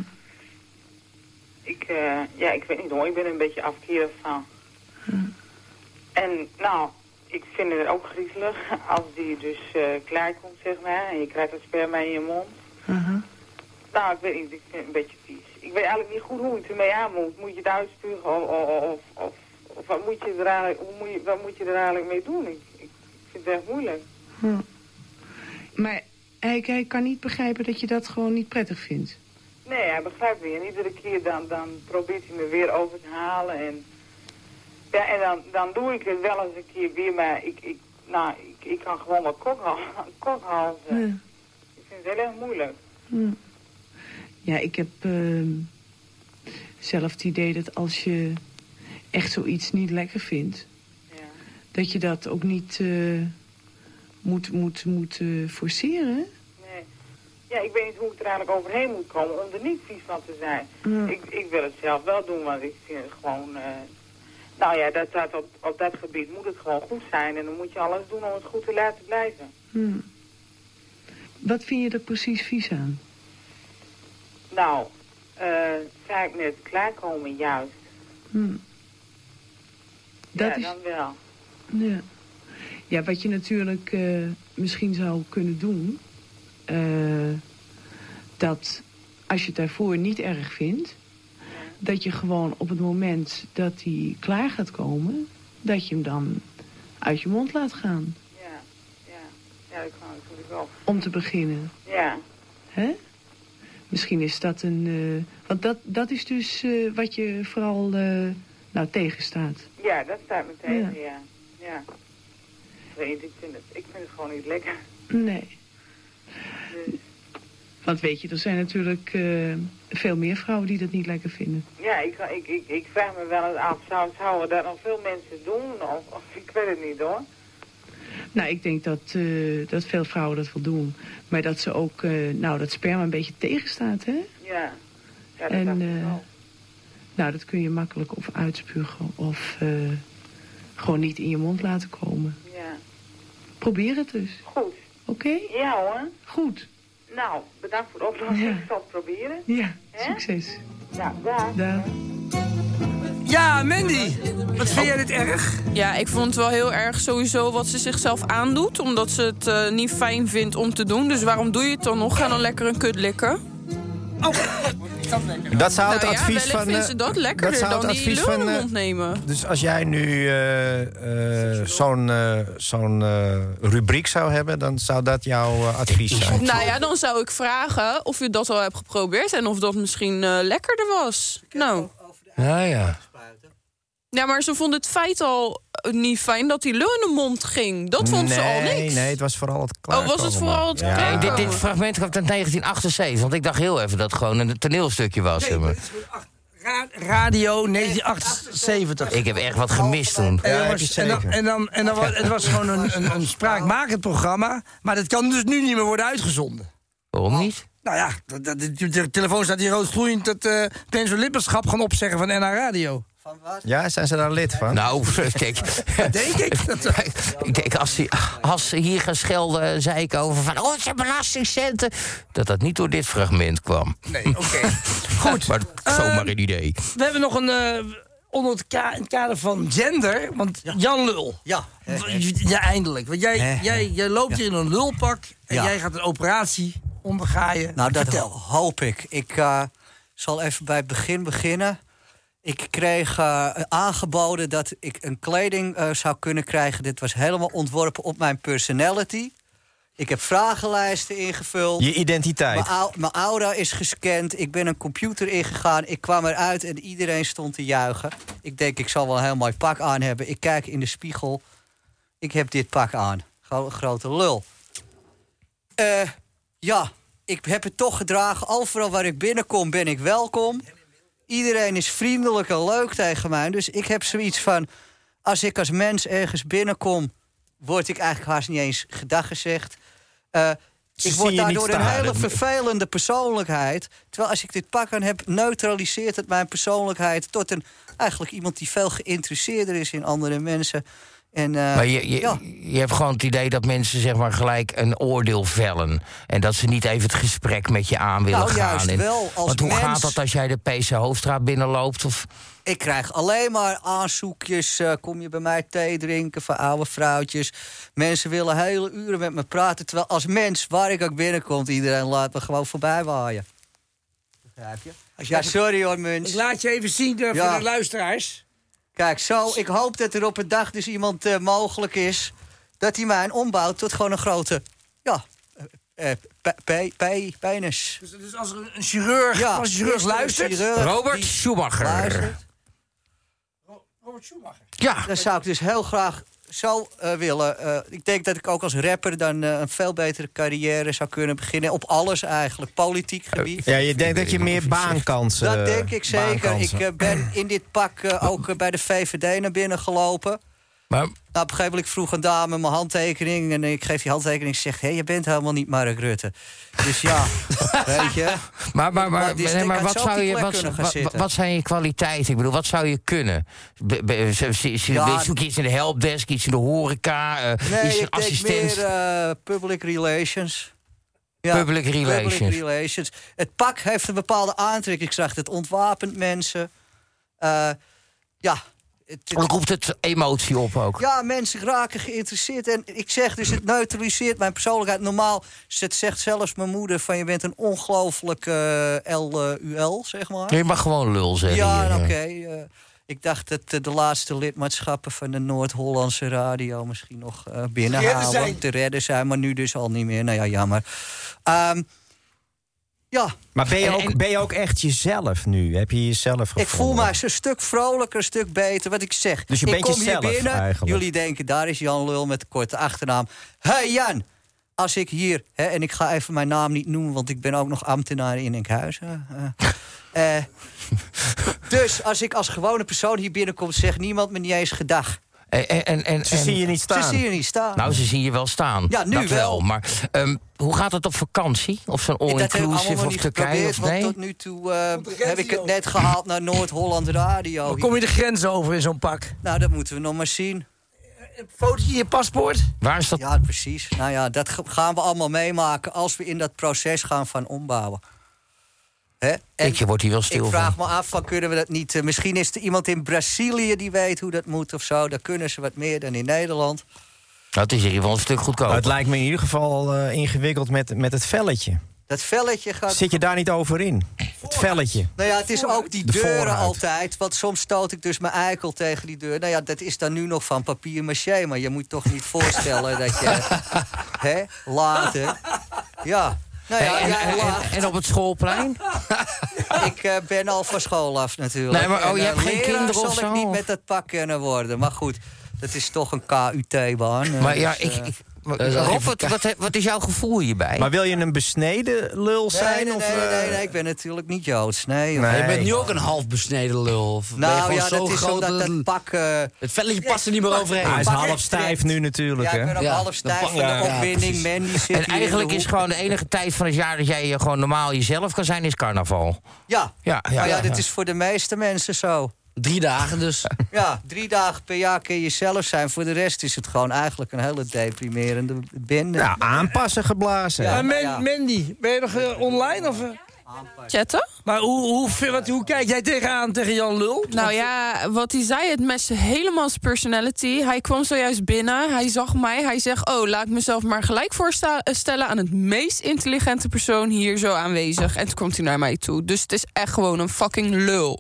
Ik, eh, ja, ik weet niet hoor, ik ben er een beetje afkerig van. Hm. En nou, ik vind het ook griezelig als die dus uh, klaarkomt, zeg maar. En je krijgt het sperma in je mond. Uh-huh. Nou, ik weet niet, ik vind het een beetje vies. Ik weet eigenlijk niet goed hoe je ermee aan moet. Moet je het uitspugen of, of, of, of, of wat, moet je er eigenlijk, hoe moet je, wat moet je er eigenlijk mee doen? Ik, ik vind het echt moeilijk. Hm. Maar hij, hij kan niet begrijpen dat je dat gewoon niet prettig vindt. Nee, hij begrijpt me. En iedere keer dan, dan probeert hij me weer over te halen. En, ja, en dan, dan doe ik het wel eens een keer weer, maar ik, ik, nou, ik, ik kan gewoon wat kokhalzen. Ja. Ik vind het heel erg moeilijk. Hm. Ja, ik heb uh, zelf het idee dat als je echt zoiets niet lekker vindt, ja. dat je dat ook niet uh, moet, moet, moet uh, forceren. Nee. Ja, ik weet niet hoe ik er eigenlijk overheen moet komen om er niet vies van te zijn. Ja. Ik, ik wil het zelf wel doen, want ik vind het gewoon... Uh, nou ja, dat, dat, op, op dat gebied moet het gewoon goed zijn en dan moet je alles doen om het goed te laten blijven. Hm. Wat vind je er precies vies aan? Nou, uh, zei ik net, klaarkomen juist. Hm. Dat ja, is... dan wel. Ja. Ja, wat je natuurlijk uh, misschien zou kunnen doen, uh, dat als je het daarvoor niet erg vindt, dat je gewoon op het moment dat hij klaar gaat komen, dat je hem dan uit je mond laat gaan. Ja, ja. Ja, dat kan natuurlijk wel. Om te beginnen. Ja. Hè? Misschien is dat een... Uh, want dat, dat is dus uh, wat je vooral uh, nou, tegenstaat. Ja, dat staat me tegen, Ja. ja. Ja. Ik weet niet, ik vind het, ik vind het gewoon niet lekker. Nee. Dus, Want weet je, er zijn natuurlijk uh, veel meer vrouwen die dat niet lekker vinden. ja, ik, ik, ik, ik vraag me wel eens af, zou, zouden dat nog veel mensen doen? Of, of ik weet het niet hoor. Nou, ik denk dat, uh, dat veel vrouwen dat wel doen. Maar dat ze ook, uh, nou, dat sperma een beetje tegenstaat, hè? Ja. Ja, dat en, dacht ik uh, wel. nou, dat kun je makkelijk of uitspugen of uh, gewoon niet in je mond laten komen. Ja. Probeer het dus. Goed. Oké? Ja hoor. Goed. Nou, bedankt voor de oplossing. Ja. Ik zal het proberen. Ja, Hè? succes. Ja, dag. Dag. Ja, Mandy, wat vind jij dit erg? Ja, ik vond het wel heel erg sowieso wat ze zichzelf aandoet. Omdat ze het uh, niet fijn vindt om te doen. Dus waarom doe je het dan nog? Ga dan lekker een kut likken. Oh, Dat zou het nou ja, advies wellicht van... vinden ze dat lekkerder zou het dan die advies lul in van, de eh, mond nemen. Dus als jij nu uh, uh, zo'n uh, zo'n uh, rubriek zou hebben, dan zou dat jouw uh, advies zijn. Nou ja, dan zou ik vragen of je dat al hebt geprobeerd en of dat misschien uh, lekkerder was. Nou. Ja, ja. Ja, maar ze vond het feit al uh, niet fijn dat die lul in de mond ging. Dat vond ze al Nee, niks. nee, het was vooral het klaarkomen. Oh, was het vooral het Ja. Nee, dit, dit fragment kwam uit negentien achtenzeventig. Want ik dacht heel even dat het gewoon een toneelstukje was. Nee, zeg maar. maar het is gewoon acht- ra- Radio negentien achtenzeventig. Ik heb echt wat gemist toen. En, Ja, dan heb je was, en, dan, zeker. en, dan, en dan was het was gewoon een, een, een spraakmakend programma. Maar dat kan dus nu niet meer worden uitgezonden. Waarom niet? Nou ja, dat, dat, de, de telefoon staat hier rood gloeiend dat uh, mensen lidmaatschap gaan opzeggen van N H Radio. Van wat? Ja, zijn ze daar lid van? Nou, kijk. Denk ik. Dat, Ik denk, als ze, als ze hier gaan schelden, zei ik over van... oh, het zijn belastingcenten. Dat dat niet door dit fragment kwam. nee, oké. Okay. Goed. Maar zomaar een idee. We hebben nog een... Uh, onder het, ka- het kader van gender. Want Ja. Jan Lul. Ja. Ja, eindelijk. Want jij, Hè? jij, jij loopt hier in een lulpak. En Ja. jij gaat een operatie ondergaan. Nou, dat Vertel. hoop ik. Ik uh, zal even bij het begin beginnen. Ik kreeg uh, aangeboden dat ik een kleding uh, zou kunnen krijgen. Dit was helemaal ontworpen op mijn personality. Ik heb vragenlijsten ingevuld. Je identiteit. Mijn, au- mijn aura is gescand. Ik ben een computer ingegaan. Ik kwam eruit en iedereen stond te juichen. Ik denk, ik zal wel een heel mooi pak aan hebben. Ik kijk in de spiegel. Ik heb dit pak aan. Gewoon een grote lul. Uh, ja, ik heb het toch gedragen. Overal waar ik binnenkom ben ik welkom. Iedereen is vriendelijk en leuk tegen mij. Dus ik heb zoiets van... als ik als mens ergens binnenkom... word ik eigenlijk haast niet eens gedag gezegd. Uh, Ze ik zien word je daardoor niet een staan. hele vervelende persoonlijkheid. Terwijl als ik dit pak aan heb... neutraliseert het mijn persoonlijkheid... tot een, eigenlijk iemand die veel geïnteresseerder is in andere mensen... En, uh, Maar je, je, ja. je hebt gewoon het idee dat mensen zeg maar gelijk een oordeel vellen. En dat ze niet even het gesprek met je aan willen Nou, gaan. juist En, wel, als want hoe mens- gaat dat als jij de P C Hoofdstraat binnenloopt? Of... Ik krijg alleen maar aanzoekjes. Uh, kom je bij mij thee drinken van oude vrouwtjes. Mensen willen hele uren met me praten. Terwijl als mens, waar ik ook binnenkom... iedereen laat me gewoon voorbij waaien. Begrijp je? Ja, sorry hoor, mens. Ik laat je even zien uh, Ja. voor de luisteraars. Kijk, zo, ik hoop dat er op een dag dus iemand uh, mogelijk is... dat hij mij ombouwt tot gewoon een grote... ja, uh, uh, pe- pe- pe- penis. Dus, dus als er een chirurg, Ja, als een chirurg is er een luistert... chirurg Robert die Schumacher. luistert, Robert Schumacher. Ja. dan zou ik dus heel graag zo uh, willen. Uh, ik denk dat ik ook als rapper dan uh, een veel betere carrière zou kunnen beginnen. Op alles eigenlijk, politiek gebied. Ja, je denkt dat je meer baankansen... Dat denk ik zeker. Ik baankansen. uh, ben in dit pak uh, ook uh, bij de V V D naar binnen gelopen. Maar, Nou, op een gegeven moment vroeg een dame mijn handtekening... en ik geef die handtekening en ze zegt... hé, je bent helemaal niet Mark Rutte. Dus ja, weet je. maar, maar, maar, dus nee, ik maar had wat, zo op zou die je, plek wat, kunnen gaan wat, zitten. wat zijn je kwaliteiten? Ik bedoel, wat zou je kunnen? Be, be, z- z- z- Ja. zoek je iets in de helpdesk, iets in de horeca, uh, Nee, iets ik een denk assistent? meer uh, public relations. Ja, Public relations. Public relations. Het pak heeft een bepaalde aantrekkingskracht. Het ontwapent mensen. Uh, ja, Het, het, Dan roept het emotie op ook. Ja, mensen raken geïnteresseerd. En ik zeg dus, het neutraliseert mijn persoonlijkheid. Normaal zegt zelfs mijn moeder van... je bent een ongelooflijk uh, L U L, zeg maar. Je mag gewoon lul zeggen. Ja, hier, oké. Okay. Uh, ik dacht dat uh, de laatste lidmaatschappen van de Noord-Hollandse radio... misschien nog uh, binnenhalen, te redden, te redden zijn. Maar nu dus al niet meer. Nou ja, jammer. Um, Ja. Maar ben je, ook, ben je ook echt jezelf nu? Heb je jezelf gevonden? Ik voel mij een stuk vrolijker, een stuk beter, wat ik zeg. Dus je ik bent kom jezelf hier binnen, eigenlijk. Jullie denken, daar is Jan Lul met de korte achternaam. Hé hey Jan, als ik hier... Hè, en ik ga even mijn naam niet noemen, want ik ben ook nog ambtenaar in Enkhuizen. Uh, uh, dus als ik als gewone persoon hier binnenkom... zegt niemand me niet eens gedag. En, en, en, ze zien je niet staan. Ze zien je niet staan. Nou, ze zien je wel staan. Ja, nu dat wel. wel. Maar um, hoe gaat het op vakantie? Of zo'n all-inclusive of Turkije? Of nee? Tot nu toe uh, heb ik het net gehaald naar Noord-Holland Radio. Dan kom je de grens over in zo'n pak? Nou, dat moeten we nog maar zien. Een fotootje in je paspoort? Waar is dat? Ja, precies. Nou ja, dat gaan we allemaal meemaken... als we in dat proces gaan van ombouwen. Hè? En ik wordt hier wel stil Ik vraag van. me af, van, kunnen we dat niet... Uh, misschien is er iemand in Brazilië die weet hoe dat moet of zo. Daar kunnen ze wat meer dan in Nederland. Nou, het is in ieder geval een stuk goedkoper. Nou, het lijkt me in ieder geval uh, ingewikkeld met, met het velletje. Dat velletje gaat... Zit je daar niet over in? Het velletje. Nou ja, het is ook die De deuren voorhuid. altijd. Want soms stoot ik dus mijn eikel tegen die deur. Nou ja, dat is dan nu nog van papier maché. Maar je moet toch niet voorstellen dat je... hè, later... Ja... Nou ja, en, ja, en, en, en op het schoolplein? Ik uh, ben al van school af natuurlijk. Nee, maar oh, je en, hebt uh, geen leraar kinderen of zal zo? ik niet met dat pak kunnen worden. Maar goed, dat is toch een K U T-baan. Uh, Maar ja, dus, ik... uh, ik Rob, wat, wat, wat is jouw gevoel hierbij? Maar wil je een besneden lul zijn? Nee, nee, of, nee, uh... nee, nee, ik ben natuurlijk niet Joods. Nee, Nee. Je bent nu ook een half besneden lul. Of ben je Nou gewoon ja, zo dat is groot omdat dat pak... Uh... Het velletje past er niet meer overheen. Ah, hij is Pak half het stijf direct. nu natuurlijk. Ja, ik hè? ben ook Ja, half de stijf pak- van de ja, ja, opwinding. precies. Mandy zit En hier in eigenlijk de is hoek. gewoon de enige tijd van het jaar... dat jij uh, gewoon normaal jezelf kan zijn, is carnaval. Ja, Ja, ja, maar ja, ja, dat ja. is voor de meeste mensen zo. Drie dagen dus. Ja, drie dagen per jaar kun je jezelf zijn. Voor de rest is het gewoon eigenlijk een hele deprimerende bende. Ja, aanpassen geblazen. Ja. Maar Man- ja. Mandy, ben je nog uh, online? Of, uh? Chatten? Maar hoe, hoe, wat, hoe kijk jij tegenaan tegen Jan Lul? Nou ja, wat hij zei, het matchte helemaal zijn personality. Hij kwam zojuist binnen, hij zag mij. Hij zegt, oh, laat ik mezelf maar gelijk voorstellen... aan het meest intelligente persoon hier zo aanwezig. En toen komt hij naar mij toe. Dus het is echt gewoon een fucking lul.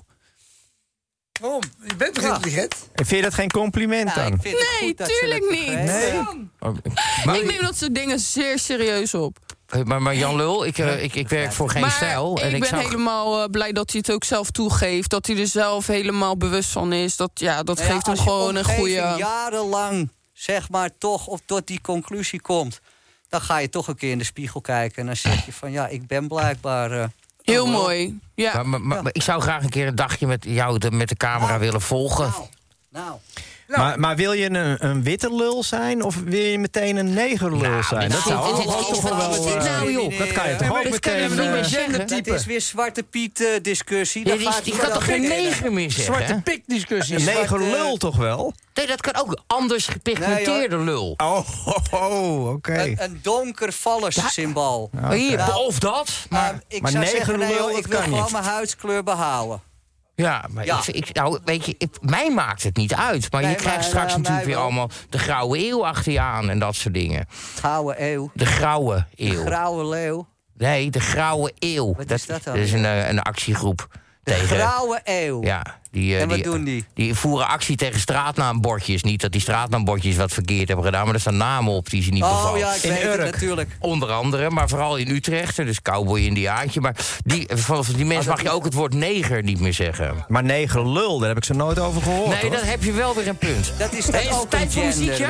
Waarom? Je bent toch Ja. intelligent? En vind je dat geen compliment Ja, dan? ik vind het Nee, goed dat ze tuurlijk dat niet. begrijpen. Maar, Ik neem dat soort dingen zeer serieus op. maar, maar Jan Lul, ik, uh, ik, ik werk voor geen maar stijl. En ik ik ben zag... helemaal uh, blij dat hij het ook zelf toegeeft. Dat hij er zelf helemaal bewust van is. Dat, ja, dat Nou ja, geeft hem als je gewoon een omgeving goede... jarenlang, zeg maar, toch of tot die conclusie komt... dan ga je toch een keer in de spiegel kijken... en dan zeg je van, ja, ik ben blijkbaar... Uh, Heel oh, wel. mooi. Ja. Maar, maar, maar- maar ik zou graag een keer een dagje met jou de, met de camera willen volgen. Nou, nou. Maar, maar wil je een, een witte lul zijn of wil je meteen een negerlul Nou, zijn? dit Dat is- zou dit is- ook dit is- toch wel... dit is- eh, nou, joh. Dat kan je toch Nee, ook dat kan je meteen... niet meer eh, zeggen. Dat is weer Zwarte Piet uh, discussie. Nee, Dan die, gaat die hij kan wel toch geen beginnen. neger meer zeggen? Zwarte pik discussie. Een zwarte- negerlul toch wel? Nee, dat kan ook anders gepigmenteerde lul. Oh, oh, oh, oké. Een, een donker vallers-symbool. Maar Hier, Nou, of dat. Maar Maar, ik maar zou zeggen, nee, negerlul, joh, dat ik wil kan gewoon niet. mijn huidskleur behouden. ja, maar Ja. Ik, ik, nou, weet je, ik- mij maakt het niet uit. Maar Nee, je krijgt maar, straks uh, natuurlijk mij weer wel. allemaal de grauwe eeuw achter je aan en dat soort dingen. Gouden eeuw. De grauwe eeuw. Grauwe leeuw. Nee, de grauwe eeuw. Wat is dat dan? Dat is een, eh, een actiegroep De tegen... grauwe eeuw. Ja, die, eh, En wat die, doen die? Die voeren actie tegen straatnaambordjes. Niet dat die straatnaambordjes wat verkeerd hebben gedaan... maar er staan namen op die ze niet Oh bevallen. ja, ik weet het natuurlijk. Onder andere, maar vooral in Utrecht. Dus cowboy-indiaantje. Maar die, volgens die mensen mag je ook het woord neger niet meer zeggen. Maar negerlul, daar heb ik zo nooit over gehoord. Nee, hoor. dan heb je wel weer een punt. Dat is Hey, dat is het ook tijd een voor gender muziekje?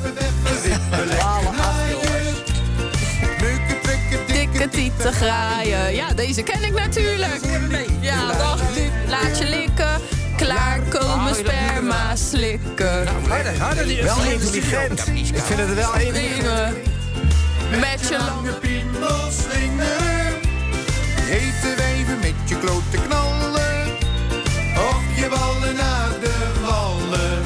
dan. Dwalen af, jongens. Dikke tieten graaien. Ja, deze ken ik natuurlijk. Ja, wacht. Laat je likken. Klaarkomen sperma slikken. Harder, harder. Die Wel intelligent. Ik vind het wel intelligent. Dingen. Met je lange Piemelslinger. Hete wijven met je klote knallen. Of je ballen naar de wallen.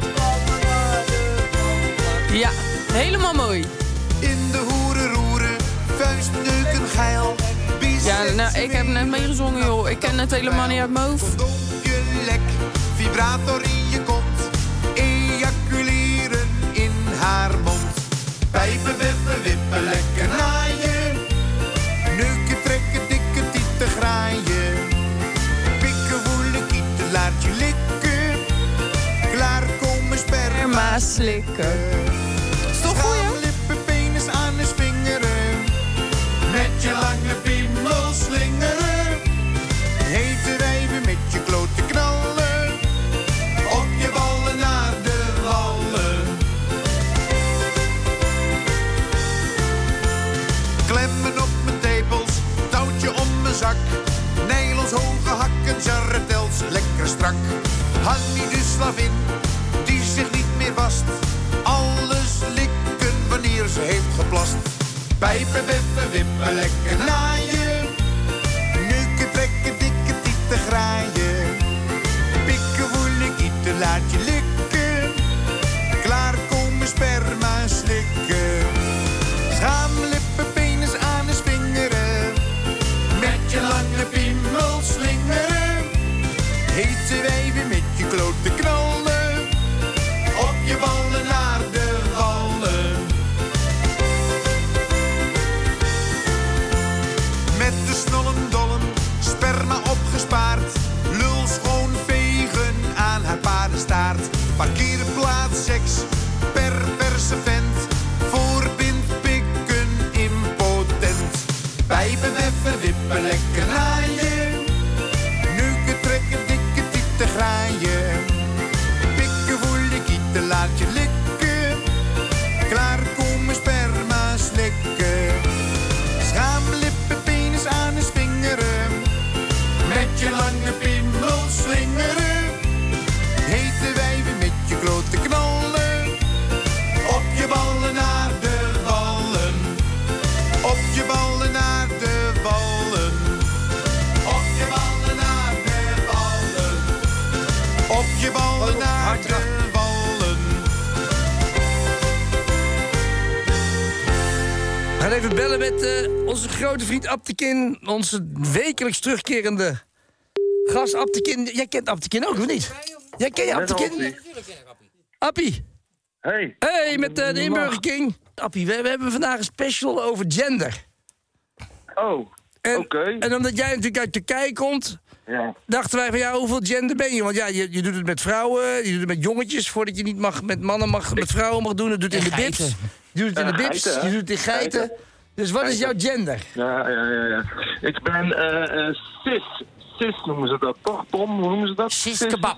Ja, helemaal mooi. In de hoeren roeren. Vuistneuken geil. Ja, nou, ik heb net meegezongen, joh. Ik ken het helemaal niet uit mijn hoofd. Je lek. Vibrator in je kont. sperma slikken. Is toch goed, ja? Lippen, penis aan de vingeren. Met je lange piemel slingeren. Hete wijven met je klote knallen. Op je ballen naar de wallen. Klemmen op mijn tepels, touwtje om mijn zak. Nylons, hoge hakken, jarretels, lekker strak. Hannie de slavin, die zich niet meer wast. Alles likken wanneer ze heeft geplast. Pijpen, wippen, wippen, lekker naaien. Neuken, trekken, dikke tieten graaien. Pikken, woelen, kieten, laat je likken. Klaar komen, sperma slikken. Schaamlippen, penis aan de vingeren. Met je lange piemel slingeren. Hete wijven met je klote knallen. Op je ballen naar de wallen. Met de snollen dollen, sperma opgespaard. Lul schoon vegen aan haar paardenstaart. Parkeerplaats seks, perverse vent. Voorbind pikken impotent. Pijpen, weffen, wippen, lekker naaien. Neuken, trekken, dikke tieten graaien. Pikken, voelen, kieten, laat je likken. Klaar komen, sperma slikken. Schaamlippen, penis aan de vingeren. Met je lange piemel slingeren. Hete wijven met je grote knallen. Op je ballen naar de wallen. Op je ballen naar de wallen. Op je ballen naar de wallen. Op je ballen naar de wallen. We gaan even bellen met uh, onze grote vriend Aptekin. Onze wekelijks terugkerende gast Aptekin. Jij kent Aptekin ook, of niet? Jij ken je Aptekin? Appie. Hey. Hey, met uh, de Inburger King. Appie, we, we hebben vandaag een special over gender. Oh, oké. Okay. En omdat jij natuurlijk uit Turkije komt, ja. dachten wij van ja, hoeveel gender ben je? Want ja, je, je doet het met vrouwen, je doet het met jongetjes, voordat je niet mag met mannen mag, met vrouwen mag doen. Dat doet het in de bips. Je doet het in de bips, je doet het in geiten. geiten. Dus wat is jouw gender? Ja, ja, ja, ja. Ik ben uh, uh, cis. Cis noemen ze dat toch, Tom? Hoe noemen ze dat? Cis kebab.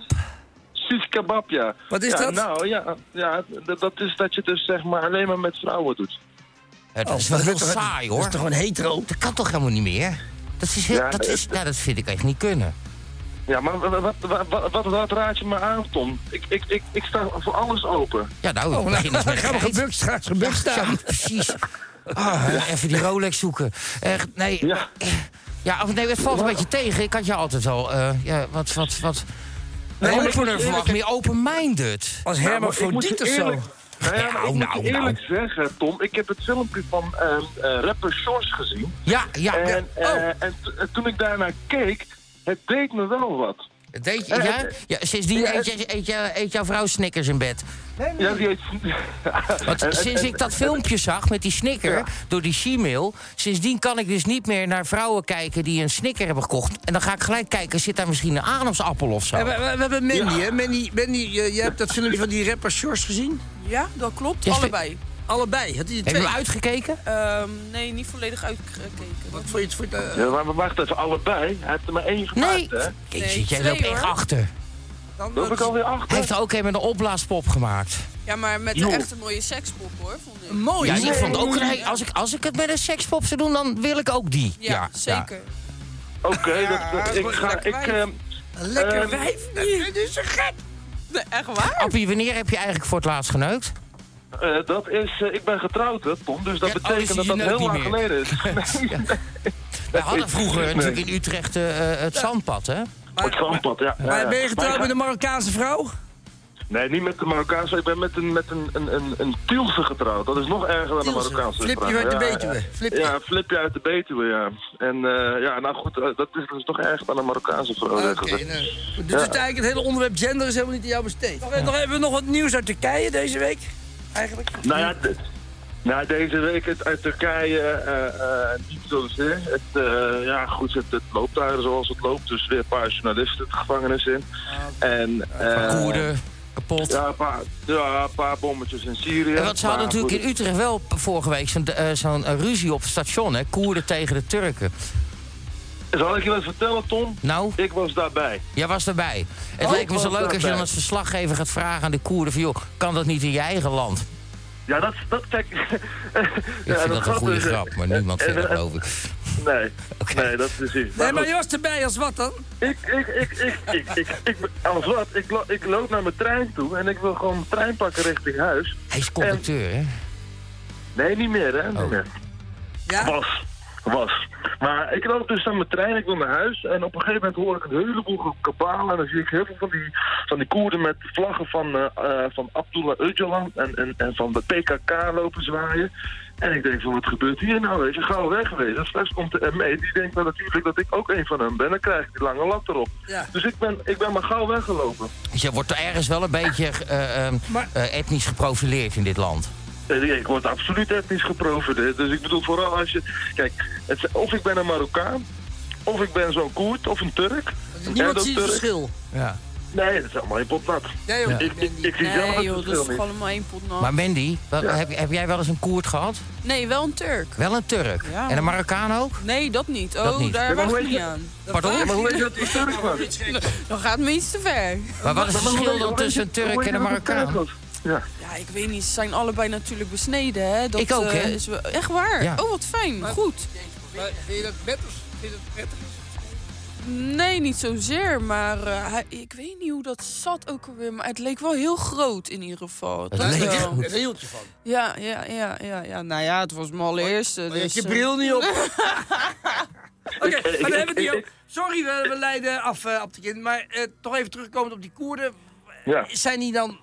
Cis kebab, ja. Wat is ja, dat? Nou, ja, ja dat, dat is dat je dus zeg maar alleen maar met vrouwen doet. Ja, dat is wel oh, heel saai, hoor. Dat is toch gewoon hetero? Dat kan toch helemaal niet meer? Dat, is heel, ja, dat, is, nou, dat vind ik echt niet kunnen. Ja, maar wat, wat, wat, wat, wat raad je me aan, Tom? Ik, ik, ik, ik sta voor alles open. Ja, nou, oh, begin eens met gaan we gebukt, straks gebukt staan. Ja, precies. Ah, ja. Even die Rolex zoeken. Echt, nee. Ja. Ja, of nee, het valt een beetje tegen. Ik had je altijd al, uh, ja, wat, wat, wat... Nee, nee, opener verwacht, meer open-minded. Als hermafrodiet of zo. Nou ja, ja, ik nou, moet nou, eerlijk nou. zeggen, Tom, ik heb het filmpje van uh, uh, rapper Shores gezien. Ja, ja. En, ja. Oh. uh, en t- uh, toen ik daarnaar keek, het deed me wel wat. Deed je, ja? ja? Sindsdien ja, eet, je, eet, je, eet jouw vrouw Snickers in bed. Nee, nee. Ja, die eet... Want en, sinds en, ik dat filmpje zag met die Snicker, ja. door die She-mail... sindsdien kan ik dus niet meer naar vrouwen kijken die een Snicker hebben gekocht. En dan ga ik gelijk kijken, zit daar misschien een Adamsappel of zo? Ja, we, we, we hebben Mandy, ja. hè? Mandy, Mandy uh, jij hebt dat filmpje van die rapper Shores gezien? Ja, dat klopt. Ja, allebei. Allebei? Had hij Heb je hem uitgekeken? Um, nee, niet volledig uitgekeken. Wat vond je het voor het... Uh... Ja, maar wacht even, allebei? Hij heeft er maar één gemaakt, nee. hè? Nee, zit jij er ook echt achter? Dan loop ik alweer achter. Hij heeft er ook een met een opblaaspop gemaakt. Ja, maar met een echte mooie sekspop, hoor. Vond ik. Mooi. Ja, ik vond ook een, als, ik, als ik het met een sekspop zou doen, dan wil ik ook die. Ja, ja zeker. Ja. Oké, okay, ja, ik ga... Ik, uh, een lekker uh, wijf. Nee, dit is zo gek. Nee, echt waar? Appie, wanneer heb je eigenlijk voor het laatst geneukt? Uh, dat is... Uh, ik ben getrouwd, hè, Tom. Dus dat ja, betekent oh, dat dat heel lang geleden is. ja. We hadden vroeger nee. natuurlijk in Utrecht uh, het zandpad, hè? Maar, het zandpad, ja. Maar ja, ben je getrouwd met een Marokkaanse vrouw? Nee, niet met de Marokkaanse. Ik ben met een, met een, een, een, een Tielse getrouwd. Dat is nog erger dan Tielse. een Marokkaanse vrouw. Flipje uit de Betuwe. Flipje. Ja, flipje uit de Betuwe, ja. En uh, ja, nou goed, uh, dat is dus toch erger dan een Marokkaanse vrouw. Oké, okay, nou. Dus ja. het, eigenlijk het hele onderwerp gender is helemaal niet aan jou besteed. Nog, nog hebben we nog wat nieuws uit Turkije deze week? Eigenlijk? Nou ja, d- nou, deze week het, uit Turkije uh, uh, niet zozeer. Het, uh, ja, goed, het, het loopt daar zoals het loopt. Dus weer een paar journalisten de gevangenis in. Uh, en, uh, Koerden. kapot. Ja, een paar, ja, een paar bommetjes in Syrië. En wat ze hadden Maar natuurlijk goed, in Utrecht wel vorige week zo'n uh, zo'n uh, ruzie op het station, hè? Koerden tegen de Turken. Zal ik je wat vertellen, Tom? Nou? Ik was daarbij. Jij was erbij. Het Oh, lijkt me ik zo was leuk als je dan daarbij. als verslaggever gaat vragen aan de Koerden van, joh, kan dat niet in je eigen land? Ja, dat, dat kijk. Ik vind dat een goede grap, maar niemand verder, geloof ik. Nee, nee, dat is precies. Nee, maar goed. je was erbij als wat dan? Ik, ik, ik, ik, ik, ik, ik, als wat? Ik, lo- ik loop naar mijn trein toe en ik wil gewoon een trein pakken richting huis. Hij is conducteur, hè? Nee, niet meer, hè? Niet meer. Ja? Was. Was. Maar ik loop dus naar mijn trein, ik wil naar huis. En op een gegeven moment hoor ik een heleboel kabaal. En dan zie ik heel veel van die, van die Koerden met vlaggen van, uh, uh, van Abdullah Öcalan en, en, en van de P K K lopen zwaaien. En ik denk van, wat gebeurt hier nou? Weet je, gauw wegwezen. Straks komt de M E, die denkt dan natuurlijk dat ik ook een van hen ben. Dan krijg ik die lange lat erop. Ja. Dus ik ben, ik ben maar gauw weggelopen. Dus je wordt er ergens wel een beetje uh, um, uh, etnisch geprofileerd in dit land. Ik word absoluut etnisch geprofileerd. Dus ik bedoel, vooral als je... Kijk, het, of ik ben een Marokkaan, of ik ben zo'n Koerd, of een Turk. Niemand ziet het verschil. Ja. Nee, dat is allemaal één pot nat. Ja, joh, ik, ik, ik, ik zie zelf Nee het joh, dat verschil is niet. gewoon allemaal één pot nat. Maar Mandy, wat, Ja. heb, heb jij wel eens een Koerd gehad? Nee, wel een Turk. Wel een Turk. Ja, en een Marokkaan ook? Nee, dat niet. Oh, Dat niet. daar Ja, maar wacht hoe ik heet niet je- aan. Pardon? Ja, maar hoe weet je dat die Turk was? Dan gaat het me iets te ver. Maar wat is het Maar hoe verschil weet je- dan hoe tussen een weet je- Turk hoe en een weet je dat het Marokkaan? Turk was? Ja. Ja, ik weet niet. Ze zijn allebei natuurlijk besneden, hè? Dat, Ik ook, hè? eh, is wel, echt waar? Ja. Oh, wat fijn. Goed. Maar vind je dat prettig? Vind je dat prettig? Nee, niet zozeer, maar uh, hij, ik weet niet hoe dat zat ook alweer. Maar het leek wel heel groot in ieder geval. Het Dat leek wel. groot. Daar hield je van. Ja, ja, ja, ja, ja. Nou ja, het was mijn allereerste. Maar je hebt dus, je uh, bril niet op. Oké, Ik- ik- maar dan hebben we het ik- niet ik- over. Sorry, we, we leiden af, uh, Abtekin. Maar uh, toch even terugkomend op die Koerden. Ja. Zijn die dan...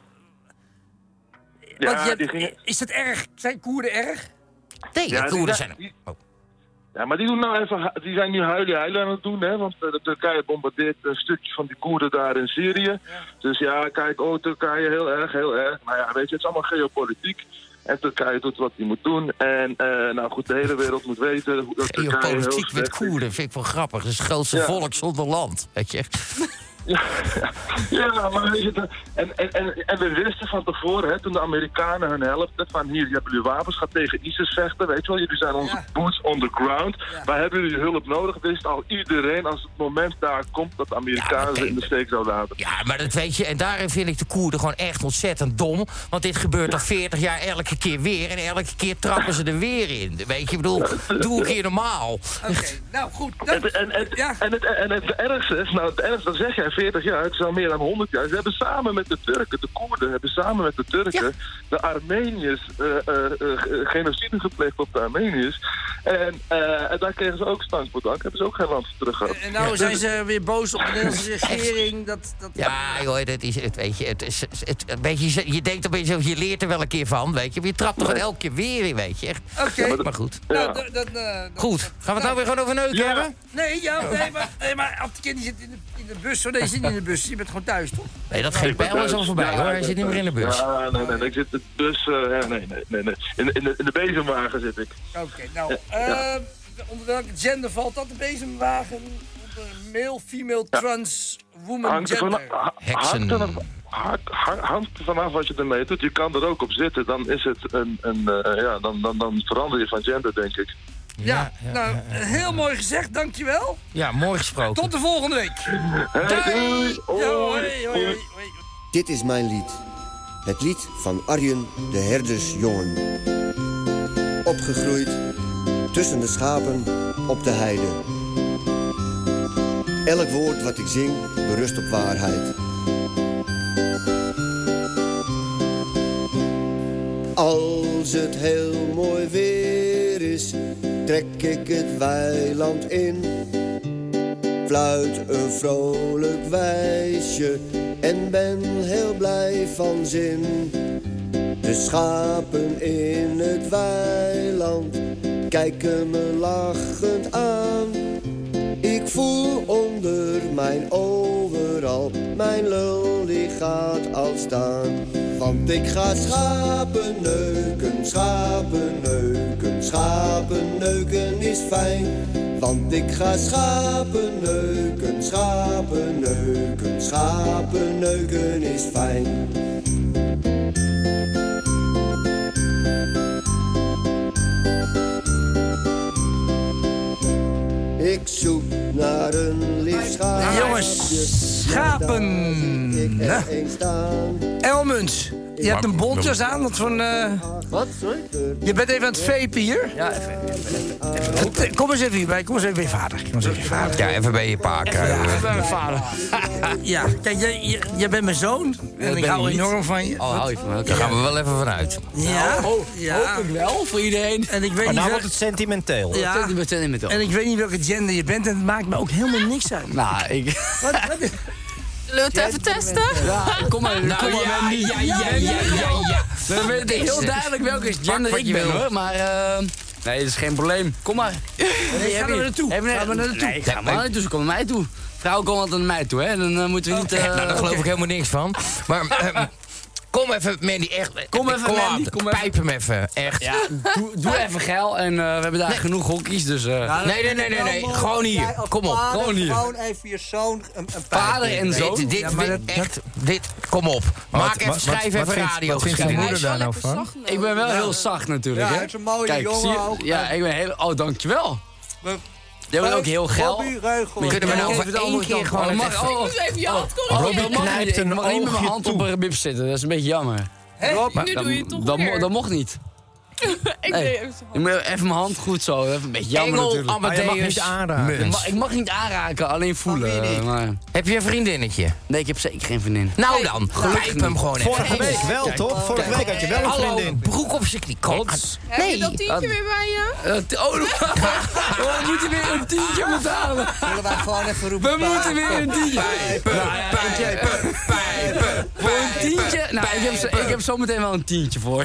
Ja, Want je hebt- die gingen- Is dat erg? Zijn Koerden erg? Nee, Ja, de die Koerden zijn- zijn... die- Oh. Ja, maar die, doen nou even, hu- die zijn nu huilen huilen aan het doen, hè? Want uh, de Turkije bombardeert een stukje van die Koerden daar in Syrië. Dus ja, kijk, oh, Turkije heel erg, heel erg. Maar ja, weet je, het is allemaal geopolitiek. En Turkije doet wat hij moet doen. En uh, nou goed, de hele wereld moet weten hoe dat Turkije heel Geopolitiek met slecht is. Koerden vind ik wel grappig. Het is het grootste Ja. volk zonder land, weet je. Ja, ja, maar weet je, dat- en, en, en, en we wisten van tevoren, hè, toen de Amerikanen hun helpten, van hier, je hebt jullie wapens, gaat tegen ISIS vechten, weet je wel, jullie zijn onze boots on the ground. Wij hebben jullie hulp nodig, wist al iedereen als het moment daar komt dat de Amerikanen ze in de steek zouden laten. Ja, maar dat weet je, en daarin vind ik de Koerden gewoon echt ontzettend dom. Want dit gebeurt al veertig jaar elke keer weer. En elke keer trappen ze er weer in. Weet je, ik bedoel, doe een keer normaal. Oké, nou goed. En, en, en, en, het, en het ergste is, nou het ergste, dat zeg jij, veertig jaar, het is al meer dan honderd jaar. Ze hebben samen met de Turken, de Koerden, hebben samen met de Turken de Armeniërs uh, uh, uh, genocide gepleegd op de Armeniërs. En, uh, en daar kregen ze ook stanksbedank, hebben ze ook geen land voor terug gehad. En nou zijn ze weer boos op de Nederlandse regering. Dat, dat... Ja, joh, dat is het, weet je. Het is, het, het, weet je, je denkt een beetje, je leert er wel een keer van, weet je. Maar je trapt er gewoon elke keer weer in, weet je. Echt. Oké. Maar goed. Nou, dat- dat, uh, dat- Goed, gaan we het nou weer gewoon over neuken Ja. hebben? Nee, ja, nee, maar, nee, maar Abtekin die zit in de, in de bus. Oh, nee, je zit niet in de bus. Je bent gewoon thuis, toch? Nee, dat geen pijl is al voorbij, hoor. Hij zit niet meer in de bus. Ja, nee, nee, nee, ik zit in de bus, uh, ja, nee, nee, nee, nee. In, de- in, de, in de bezemwagen zit ik. Oké, nou, Ja, ja. eh, onder welke gender valt dat? De bezemwagen? Onder male, female, trans, woman, Hangt er gender? vanaf, ha- hangt er vanaf- ha- ha- hangt er vanaf wat je ermee doet. Je kan er ook op zitten, dan is het een, een uh, ja, dan, dan, dan verander je van gender, denk ik. Ja, nou, heel mooi gezegd, dankjewel. Ja, mooi gesproken. Tot de volgende week. Doei! Ja, hoi, hoi, hoi. Dit is mijn lied. Het lied van Arjen de herdersjongen. Opgegroeid tussen de schapen op de heide. Elk woord wat ik zing berust op waarheid. Als het heel mooi weer is, trek ik het weiland in. Fluit een vrolijk wijsje en ben heel blij van zin. De schapen in het weiland kijken me lachend aan. Ik voel onder mijn overal, mijn lul die gaat al staan. Want ik ga schapen neuken, schapen neuken, schapen neuken is fijn. Want ik ga schapen neuken, schapen neuken, schapen neuken is fijn. Ik zoek naar een lief schaap. Jongens, schapen. Elmuns, je hebt een bontjas aan. Wat voor een... Uh... Wat, sorry? Je bent even aan het vapen hier. Ja, even, even, even, even. Kom eens even hierbij, kom eens even bij je vader. Kom eens even bij je vader. Ja, even bij je pa kruipen. Ja, even bij mijn vader. Ja, kijk, jij, jij, jij bent mijn zoon. En ik hou enorm van je. Oh, hou je van me? Daar gaan we wel even vanuit. Ja, oh, oh, ja. Hoop ik wel, voor iedereen. En ik weet Maar niet nou wel... wordt het sentimenteel. Ja. Sentimenteel. En ik weet niet welke gender je bent en het maakt me ook helemaal niks uit. Nou, ik... Wat, wat? Zullen we het even testen? Ja, kom maar. Nou, kom maar, ja, Mandy. ja, ja, ja, ja, ja. We weten heel duidelijk welke gender ik ben, hoor. Maar, uh, nee, dat is geen probleem. Kom maar. Nee, gaan we er naartoe? Gaan we er naartoe? Nee, ga maar naartoe. Ze komen naar mij toe. Vrouwen komen altijd naar mij toe, hè. Dan uh, moeten we niet... Uh, nou, daar geloof okay. ik helemaal niks van. Maar... Uh, Kom even, Mandy, echt. Kom even, kom Mandy. Aan, Kom even. pijp hem even, echt. Ja, doe, doe even geil en uh, we hebben daar nee. genoeg hokjes, dus... Uh... Ja, nee, nee, nee, nee, nee. Gewoon hier. Kom op, vader, gewoon hier. Gewoon even je zoon een, een Vader en zoon? Dit, dit, ja, dit, dat, echt, dit, kom op. Maak wat, even, schrijf wat, even wat radio. Wat vindt je moeder daar nou van? Ik ben wel heel zacht natuurlijk, ja, hè. hij is een mooie Kijk, jongen zie je? ook. Ja, ik ben heel... Oh, dankjewel. We, Jij bent ook heel geil. Kunnen we nou voor één keer gewoon... Oh, mag, oh, even je hand oh, Robbie knijpt een ik mag niet met mijn hand toe. op een bib zitten, dat is een beetje jammer. Rob, maar nu dat, doe je het toch dat, weer. dat mocht niet. Ik nee. deed even zo. Je moet even mijn hand goed zo, even een beetje jammer Engel natuurlijk. Amadeus Maar je mag niet aanraken. Ik mag, ik mag niet aanraken, alleen voelen. Maar... Heb je een vriendinnetje? Nee, ik heb zeker geen vriendin. Nou dan, pijp hem gewoon even. Vorige week wel, Kijk, toch? Vorige kijk, week had je wel een hallo, vriendin. broek op zijn knie. Kom. Heb je dat tientje weer bij je? Uh, oh, we moeten weer een tientje betalen. Zullen wij gewoon even roepen? We moeten weer een tientje. Pijpen, pijpen, pijpen. Voor een tientje? Nou, ik heb, zo, ik heb zo meteen wel een tientje voor.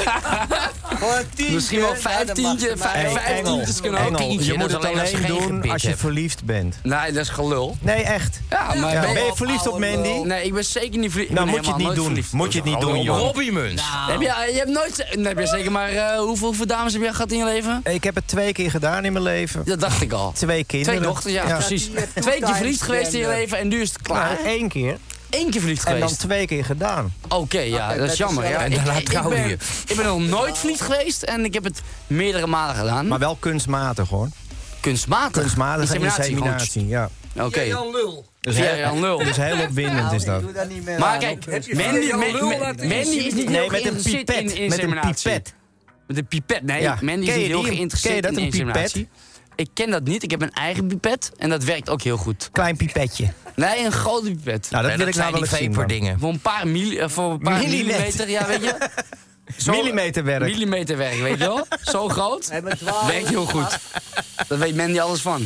Voor een tientje? Misschien wel vijf tientjes. Vijf, vijf tientjes kunnen ook. Engel, tientje, je dat moet is het alleen als je alleen geen doen gebit als je hebt. verliefd bent. Nee, dat is gelul. Nee, echt. Ja, maar Ja, ben, ben je verliefd op Mandy? Nee, ik ben zeker niet verliefd. Nou, moet je het niet doen. Moet je het niet doen, joh. Robbie Muns. Heb je, je hebt nooit... Nee, heb je zeker maar... Uh, hoeveel, hoeveel dames heb je gehad in je leven? Ik heb het twee keer gedaan in mijn leven. Dat dacht ik al. Twee kinderen. Twee dochters, ja, Ja. precies. Twee keer verliefd geweest in je leven en nu is het klaar. Nou, één keer. Eén keer verliefd En dan geweest. twee keer gedaan. Oké, okay, ja, Okay, dat is dat jammer. is Ja. wel- En Ik, daarna ik, trouwde ben, je. ik ben nog nooit verliefd geweest en ik heb het meerdere malen gedaan. Maar wel kunstmatig, hoor. Kunstmatig? Kunstmatige Inseminatie gewoon. inseminatie, ja. Oké. Okay. Jan Lul. Dus Via heel, Jan Lul. dus heel opwindend is dat. Doe dat niet meer Maar aan, kijk, hoor. Mandy, Jan Mandy, Lul Mandy, laten Mandy is niet Nee, heel met een geïnteresseerd pipet. in Met een inseminatie. pipet. Met een pipet, nee. Ja. Mandy is Ken je niet heel die? geïnteresseerd Ken je dat, in een pipet? inseminatie. Ik ken dat niet. Ik heb een eigen pipet en dat werkt ook heel goed. Klein pipetje. Nee, een grote pipet. Nou, dat Nee, wil ik nou zijn wel die eens zien. vapor dan. dingen. Voor een paar, milli, uh, voor een paar Millimeter. millimeter, ja, weet je. Zo- Millimeterwerk. Millimeterwerk, weet je wel. Zo groot. Hey, met twaalf- Werkt heel goed. Daar weet Mandy alles van.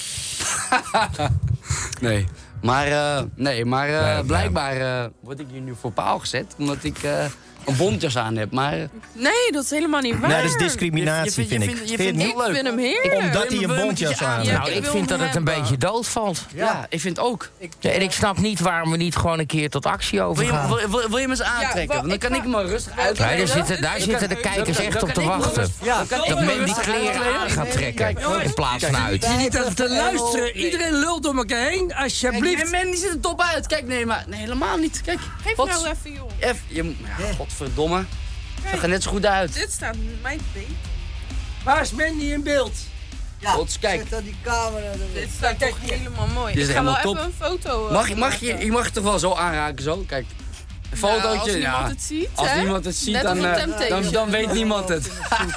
nee. Maar, uh, nee, maar uh, Nee, blijkbaar uh, word ik hier nu voor paal gezet. Omdat ik uh, een bontjas aan heb. Maar uh, Nee, dat is helemaal niet waar. Nee, dat is discriminatie, Je- je vindt- vind je ik. vindt- je Vind vindt je het niet? heel Ik leuk. vind hem heerlijk. Omdat hij Wil je een me bontjas met je aan aan- heeft. Ja, Nou, ik ik wil vind dat hem het een hebben. beetje doodvalt. ja, ik vind ook. Ja, en ik snap niet waarom we niet gewoon een keer tot actie Wil je, overgaan. wil, wil, wil je me eens aantrekken? wa- Want dan ik kan ga- ik me rustig Ja, uitkleden. daar zitten, daar zitten de kijkers Dan- echt dan op te kan ik me wachten. rustig- Ja, dan kan ik Dat me men die rustig kleren uitkleden. aan gaat trekken. In plaats van uit. Je niet te, te luisteren. Iedereen lult door elkaar heen. Alsjeblieft. En Mandy ziet er top uit. Kijk, nee, maar nee, helemaal niet. Kijk. Geef wat- nou even, joh. Even, je, ja, godverdomme. Ze gaan net zo goed uit. Dit staat mijn beet. Waar is Mandy in beeld? Ja, Gods, kijk. zet dan die camera er. Dit staat toch helemaal mooi. Dit is Ik ga wel helemaal even een foto uh, Mag, je- mag maken. je, je mag het toch wel zo aanraken, zo? Kijk. Een Nou, fotootje. als niemand ja. het ziet, Als hè? niemand het ziet, Net dan, als op eh, Temptation. dan, dan weet niemand het.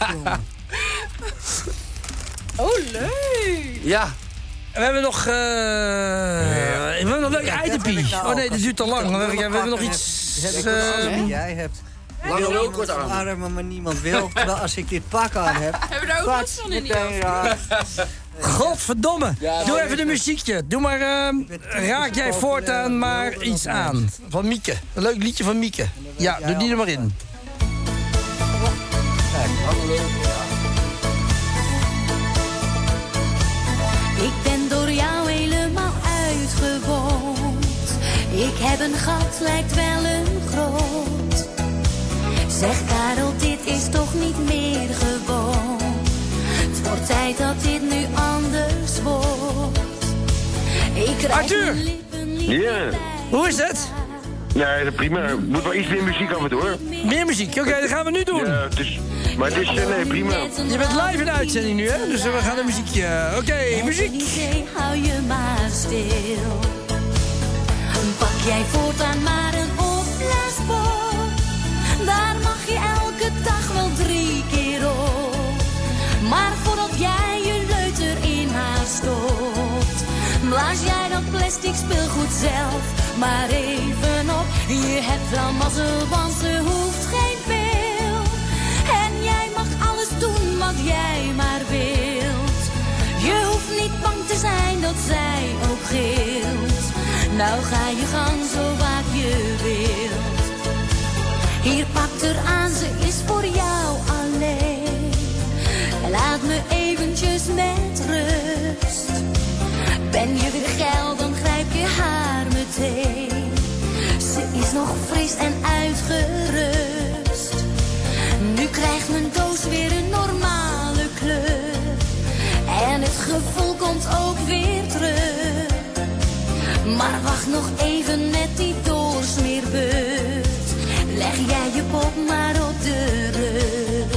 Oh, leuk. Ja. We hebben nog... eh we hebben nog een leuk itempie. Oh nee, dat duurt te lang. We hebben, we hebben nog iets... eh, Jij hebt... Lange lul, korte armen. armen, maar niemand wil. Terwijl als ik dit pak aan heb... Hebben we daar ook last van in die meteen, auto? ja. Godverdomme. Ja, Doe maar- even een muziekje. Doe maar... eh, raak jij voortaan maar iets aan. Van Mieke. Een leuk liedje van Mieke. Ja, doe die er maar in. Ik ben door jou helemaal uitgewoond. Ik heb een gat, lijkt wel een groot. Zeg Karel, dit is toch niet meer gewoon. Het wordt tijd dat dit nu anders wordt. Ik Arthur! Ja. Hoe is het? Nee, prima. Moet wel iets meer muziek af en toe, hoor. Meer muziek? Oké, okay, dat gaan we nu doen. Ja, het is, maar het is, uh, nee, prima. Je bent live in de uitzending nu, hè? Dus we gaan een muziekje. Oké, okay, muziek. Hou je maar stil. Pak jij voortaan maar een opblaasbord. Daar mag je elke dag wel drie keer op. Maar voordat jij je leuter in haar stopt, blaas jij dat plastic speelgoed zelf maar even op. Je hebt wel mazzel, want ze hoeft geen pil. En jij mag alles doen wat jij maar wilt. Je hoeft niet bang te zijn dat zij ook gilt. Nou ga je gang zo vaak je wilt. Hier pakt er aan, ze is voor jou alleen. Laat me eventjes met rust. Ben je weer geil, dan grijp je haar meteen. Ze is nog fris en uitgerust. Nu krijgt mijn doos weer een normale kleur. En het gevoel komt ook weer terug. Maar wacht nog even met die doorsmeerbeurt. Leg jij je pop maar op de rug.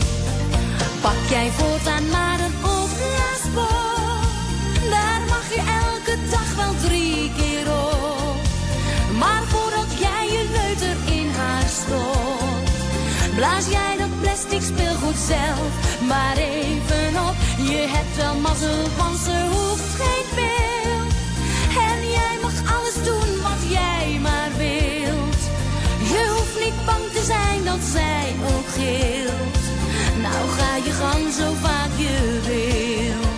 Pak jij voortaan maar een opblaasbord. Daar mag je elke dag wel drie keer op. Maar voordat jij je leuter in haar stopt, blaas jij dat plastic speelgoed zelf maar even op. Je hebt wel mazzel, want ze hoeft geen pil. En jij mag alles doen wat jij maar wilt. Je hoeft niet bang te zijn dat zij ook gilt. Nou ga je gang zo vaak je wilt.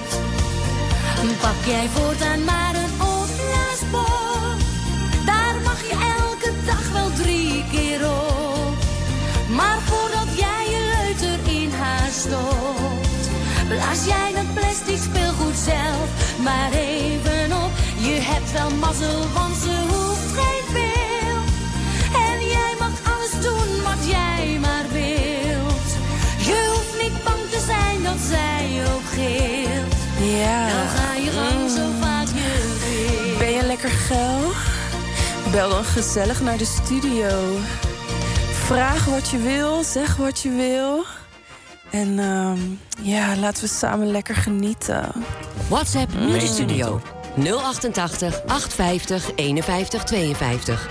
Pak jij voortaan maar een opblaasbord. Daar mag je elke dag wel drie keer op. Maar voordat jij je leuter in haar stopt, blaas jij dat plastic speelgoed zelf maar even op. Je hebt wel mazzel, want ze hoeft geen pil. En jij mag alles doen wat jij maar wilt. Je hoeft niet bang te zijn dat zij ook gilt. Ja. Dan ga je gang zo vaak je wilt. Ben je lekker geil? Bel dan gezellig naar de studio. Vraag wat je wil, zeg wat je wil. En um, ja, laten we samen lekker genieten. WhatsApp nu de studio. nul achtentachtig, achtenvijftig, eenenvijftig, tweeënvijftig.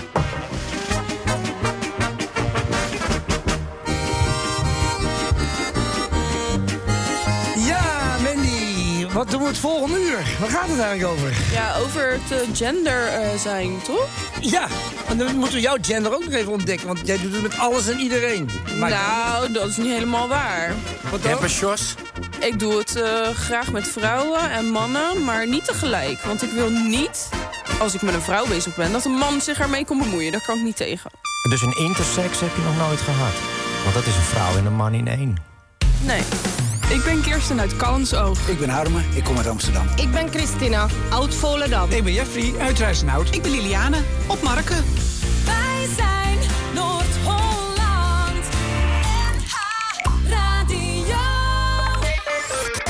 Ja, Mandy, wat doen we het volgende uur? Waar gaat het eigenlijk over? Ja, over het uh, gender uh, zijn, toch? Ja, en dan moeten we jouw gender ook nog even ontdekken. Want jij doet het met alles en iedereen. Maar nou, dat is niet helemaal waar. Wat dan? Sjors? Ik doe het uh, graag met vrouwen en mannen, maar niet tegelijk. Want ik wil niet, als ik met een vrouw bezig ben, dat een man zich ermee kon bemoeien. Daar kan ik niet tegen. Dus een intersex heb je nog nooit gehad? Want dat is een vrouw en een man in één. Nee. Ik ben Kirsten uit Callensoog. Ik ben Harme, ik kom uit Amsterdam. Ik ben Christina, oud Volendam. Ik ben Jeffrey, uit Rijssenhout. Ik ben Liliane, op Marken.